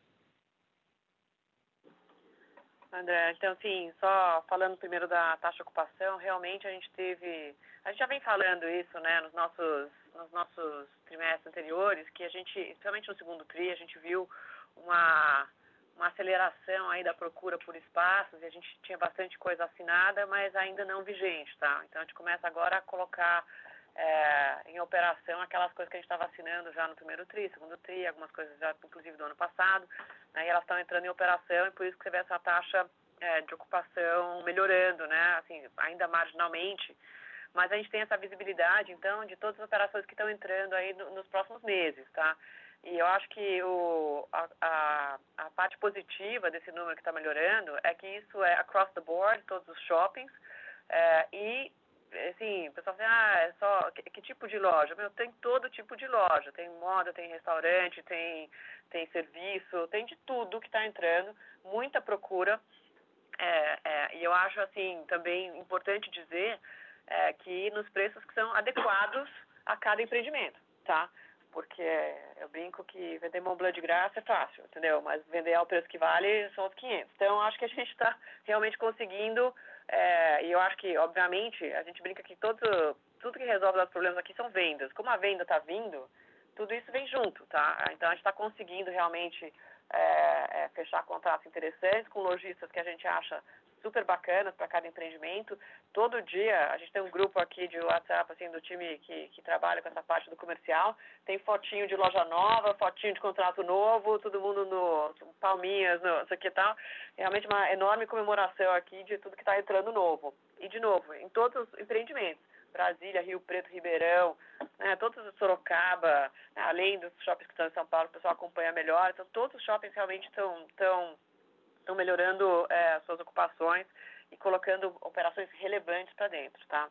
André, então, assim, só falando primeiro da taxa de ocupação, realmente a gente teve, a gente já vem falando isso, né, nos nossos, nos nossos trimestres anteriores, que a gente, especialmente no segundo tri, a gente viu uma, uma aceleração aí da procura por espaços, e a gente tinha bastante coisa assinada, mas ainda não vigente, tá? Então, a gente começa agora a colocar é, em operação aquelas coisas que a gente estava assinando já no primeiro tri, segundo tri, algumas coisas já, inclusive, do ano passado, né, e elas estão entrando em operação, e por isso que você vê essa taxa é, de ocupação melhorando, né, assim, ainda marginalmente, mas a gente tem essa visibilidade, então, de todas as operações que estão entrando aí no, nos próximos meses, tá? E eu acho que o, a, a, a parte positiva desse número que está melhorando é que isso é across the board, todos os shoppings, é, e assim, o pessoal fala, ah, é só, que, que tipo de loja? Meu, tem todo tipo de loja, tem moda, tem restaurante, tem, tem serviço, tem de tudo que está entrando, muita procura, é, é, e eu acho, assim, também importante dizer é, que nos preços que são adequados a cada empreendimento, tá? Porque eu brinco que vender Montblanc de graça é fácil, entendeu? Mas vender ao preço que vale são os quinhentos. Então, acho que a gente está realmente conseguindo. É, e eu acho que, obviamente, a gente brinca que todo, tudo que resolve os problemas aqui são vendas. Como a venda está vindo, tudo isso vem junto, tá? Então, a gente está conseguindo realmente é, é, fechar contratos interessantes com lojistas que a gente acha super bacanas para cada empreendimento. Todo dia, a gente tem um grupo aqui de WhatsApp, assim, do time que, que trabalha com essa parte do comercial. Tem fotinho de loja nova, fotinho de contrato novo, todo mundo no palminhas, no, isso aqui e tal. Realmente uma enorme comemoração aqui de tudo que está entrando novo. E, de novo, em todos os empreendimentos. Brasília, Rio Preto, Ribeirão, né, todos os Sorocaba, né, além dos shoppings que estão em São Paulo, o pessoal acompanha melhor. Então, todos os shoppings realmente estão... estão estão melhorando é, suas ocupações e colocando operações relevantes para dentro, tá?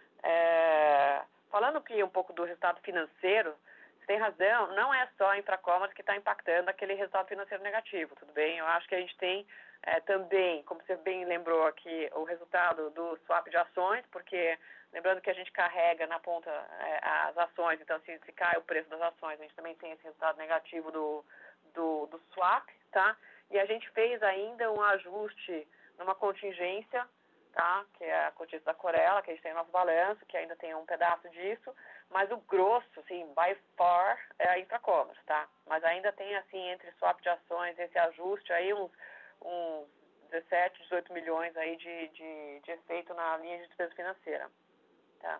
É, falando aqui um pouco do resultado financeiro, você tem razão, não é só a Infracommerce que está impactando aquele resultado financeiro negativo, tudo bem? Eu acho que a gente tem é, também, como você bem lembrou aqui, o resultado do swap de ações, porque lembrando que a gente carrega na ponta é, as ações, então se, se cai o preço das ações, a gente também tem esse resultado negativo do, do, do swap, tá? E a gente fez ainda um ajuste numa contingência, tá? Que é a contingência da Corella, que a gente tem no nosso balanço, que ainda tem um pedaço disso, mas o grosso, assim, by far, é a Infracommerce, tá? Mas ainda tem, assim, entre swap de ações, esse ajuste aí, uns, uns dezessete, dezoito milhões aí de, de, de efeito na linha de despesa financeira, tá?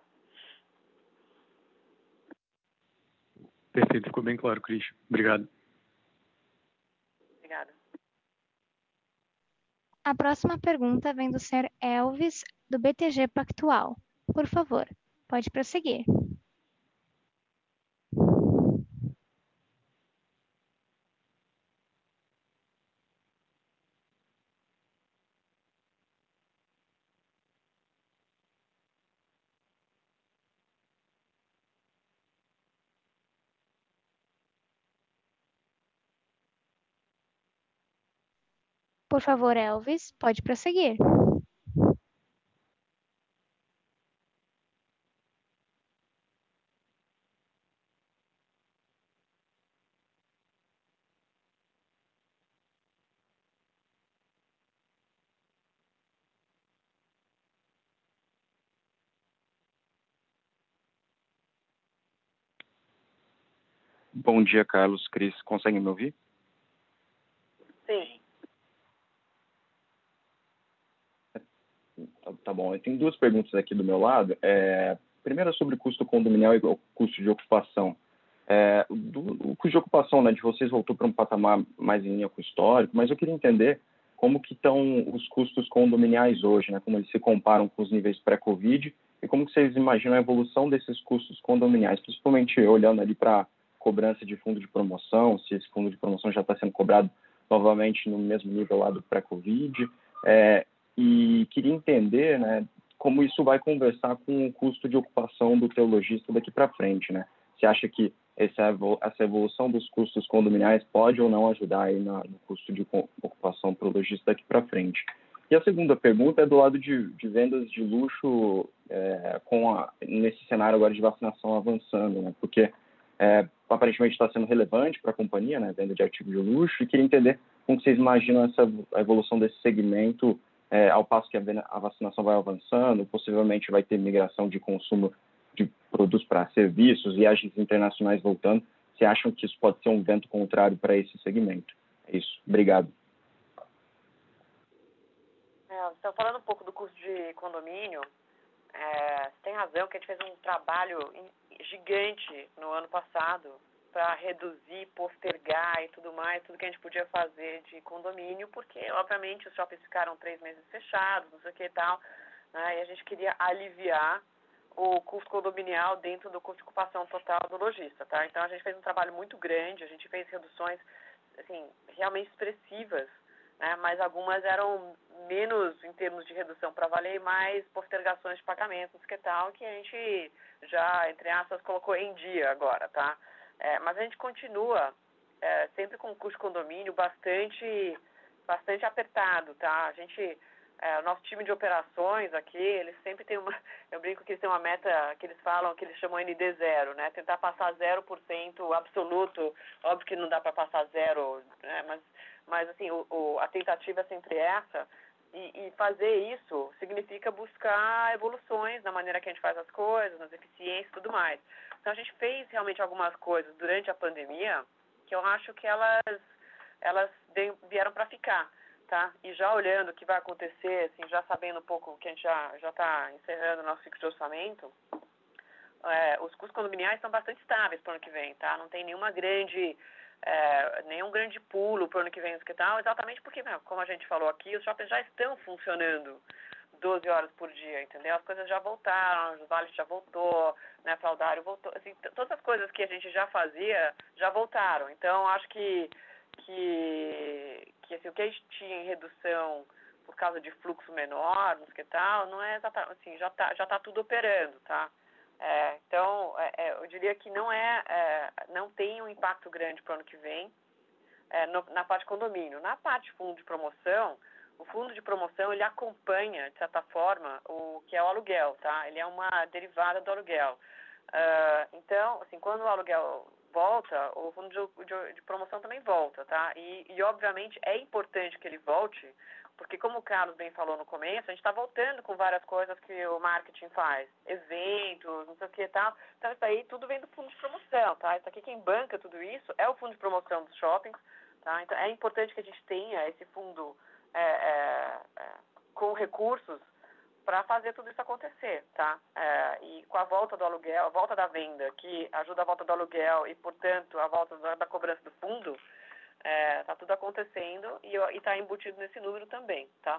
Perfeito, ficou bem claro, Cris. Obrigado. Obrigada. A próxima pergunta vem do senhor Elvis, do B T G Pactual. Por favor, pode prosseguir. Por favor, Elvis, pode prosseguir. Bom dia, Carlos, Cris. Conseguem me ouvir? Sim. Tá, tá bom. Eu tenho duas perguntas aqui do meu lado. É, primeiro é sobre o custo condominial e o custo de ocupação. É, do, o custo de ocupação, né, de vocês voltou para um patamar mais em linha com o histórico, mas eu queria entender como que estão os custos condominiais hoje, né, como eles se comparam com os níveis pré-Covid e como que vocês imaginam a evolução desses custos condominiais, principalmente olhando ali para cobrança de fundo de promoção, se esse fundo de promoção já está sendo cobrado novamente no mesmo nível lá do pré-Covid, é, e queria entender, né, como isso vai conversar com o custo de ocupação do teu lojista daqui para frente, né? Você acha que essa evolução dos custos condominiais pode ou não ajudar aí na, no custo de ocupação para o lojista daqui para frente? E a segunda pergunta é do lado de, de vendas de luxo, é, com a, nesse cenário agora de vacinação avançando, né? Porque é, aparentemente está sendo relevante para a companhia, né? Venda de artigos de luxo, e queria entender como vocês imaginam essa a evolução desse segmento, é, ao passo que a, a vacinação vai avançando, possivelmente vai ter migração de consumo de produtos para serviços, viagens internacionais voltando. Você acham que isso pode ser um vento contrário para esse segmento? É isso. Obrigado. É, então, falando um pouco do custo de condomínio, é, você tem razão que a gente fez um trabalho gigante no ano passado para reduzir, postergar e tudo mais, tudo que a gente podia fazer de condomínio, porque, obviamente, os shoppings ficaram três meses fechados, não sei o que e tal, né, e a gente queria aliviar o custo condominial dentro do custo de ocupação total do lojista, tá? Então, a gente fez um trabalho muito grande, a gente fez reduções, assim, realmente expressivas, né? Mas algumas eram menos em termos de redução para valer, mais postergações de pagamentos, que tal, que a gente já, entre aspas, colocou em dia agora, tá? É, mas a gente continua é, sempre com o custo de condomínio bastante, bastante apertado, tá? A gente... É, o nosso time de operações aqui, eles sempre têm uma... Eu brinco que eles têm uma meta que eles falam, que eles chamam N D zero, né? Tentar passar zero por cento absoluto. Óbvio que não dá para passar zero, né? Mas, mas assim, o, o, a tentativa é sempre essa. E, e fazer isso significa buscar evoluções na maneira que a gente faz as coisas, nas eficiências e tudo mais. Então, a gente fez realmente algumas coisas durante a pandemia que eu acho que elas, elas vieram para ficar. Tá? E já olhando o que vai acontecer, assim, já sabendo um pouco que a gente já já está encerrando o nosso fixo de orçamento, é, os custos condominiais estão bastante estáveis para o ano que vem, tá? Não tem nenhuma grande, é, nenhum grande pulo para o ano que vem, que tal, exatamente porque, como a gente falou aqui, os shoppings já estão funcionando doze horas por dia, entendeu? As coisas já voltaram, os vales já voltou, né, fraudário voltou, assim, todas as coisas que a gente já fazia já voltaram. Então, acho que que, que assim, o que a gente tinha em redução por causa de fluxo menor, não sei que tal, não é exatamente, assim, já está já tá tudo operando, tá? É, então, é, eu diria que não é, é, não tem um impacto grande para o ano que vem é, no, na parte de condomínio. Na parte de fundo de promoção, o fundo de promoção, ele acompanha, de certa forma, o que é o aluguel, tá? Ele é uma derivada do aluguel. Uh, então, assim, quando o aluguel volta, o fundo de, de, de promoção também volta, tá? E, e, obviamente, é importante que ele volte, porque, como o Carlos bem falou no começo, a gente está voltando com várias coisas que o marketing faz, eventos, não sei o que e tal. Então, isso aí tudo vem do fundo de promoção, tá? Isso aqui, quem banca tudo isso é o fundo de promoção dos shoppings, tá? Então, é importante que a gente tenha esse fundo é, é, é, com recursos para fazer tudo isso acontecer, tá? É, e com a volta do aluguel, a volta da venda, que ajuda a volta do aluguel e, portanto, a volta da, da cobrança do fundo, é, tá tudo acontecendo e está embutido nesse número também, tá?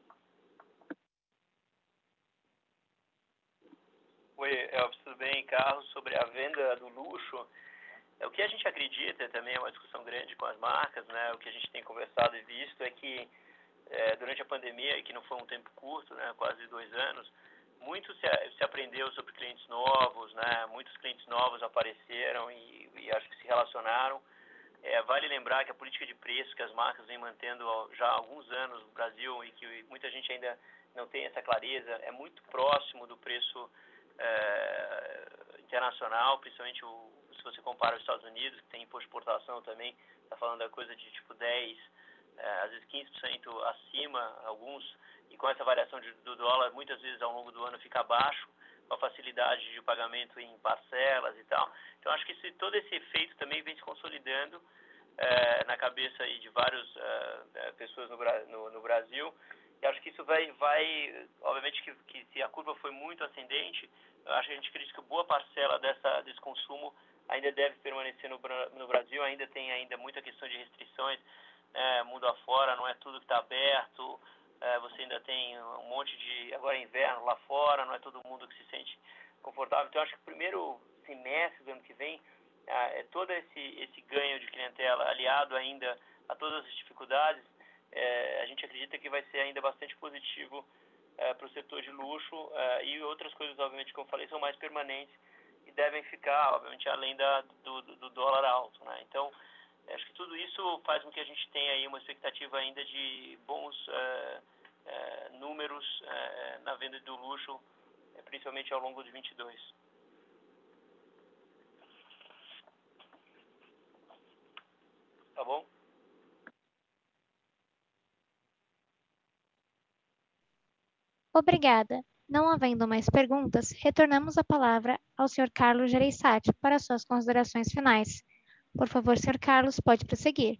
Oi, Elvis, tudo bem? Carlos, sobre a venda do luxo, é, o que a gente acredita, também é uma discussão grande com as marcas, né? O que a gente tem conversado e visto é que É, durante a pandemia, e que não foi um tempo curto, né, quase dois anos, muito se, se aprendeu sobre clientes novos, né, muitos clientes novos apareceram e, e acho que se relacionaram. É, vale lembrar que a política de preço que as marcas vêm mantendo já há alguns anos no Brasil e que muita gente ainda não tem essa clareza, é muito próximo do preço é, internacional, principalmente o, se você compara os Estados Unidos, que tem imposto de exportação também, está falando da coisa de tipo dez por cento, É, às vezes quinze por cento acima, alguns, e com essa variação de, do dólar, muitas vezes ao longo do ano fica abaixo, uma facilidade de pagamento em parcelas e tal. Então, acho que esse, todo esse efeito também vem se consolidando é, na cabeça aí de várias é, pessoas no, no, no Brasil. E acho que isso vai, vai obviamente, que, que se a curva foi muito ascendente, eu acho que a gente acredita que boa parcela dessa, desse consumo ainda deve permanecer no, no Brasil, ainda tem ainda muita questão de restrições, é, mundo afora, não é tudo que está aberto, é, você ainda tem um monte de, agora é inverno lá fora, não é todo mundo que se sente confortável. Então, acho que o primeiro semestre do ano que vem, é, todo esse, esse ganho de clientela aliado ainda a todas as dificuldades, é, a gente acredita que vai ser ainda bastante positivo é, para o setor de luxo, é, e outras coisas, obviamente, como eu falei, são mais permanentes e devem ficar, obviamente, além da, do, do dólar alto, né? Então, acho que tudo isso faz com que a gente tenha aí uma expectativa ainda de bons é, é, números é, na venda do luxo, é, principalmente ao longo de vinte e dois. Tá bom? Obrigada. Não havendo mais perguntas, retornamos a palavra ao senhor Carlos Gereissati para suas considerações finais. Por favor, senhor Carlos, pode prosseguir.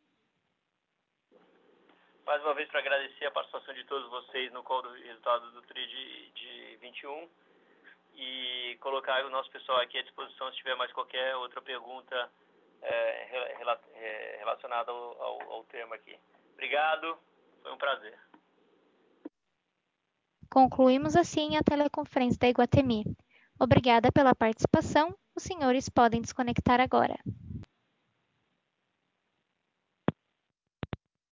Mais uma vez, para agradecer a participação de todos vocês no call do resultado do T R I de, de vinte e um e colocar o nosso pessoal aqui à disposição se tiver mais qualquer outra pergunta é, relacionada ao, ao, ao tema aqui. Obrigado, foi um prazer. Concluímos assim a teleconferência da Iguatemi. Obrigada pela participação. Os senhores podem desconectar agora.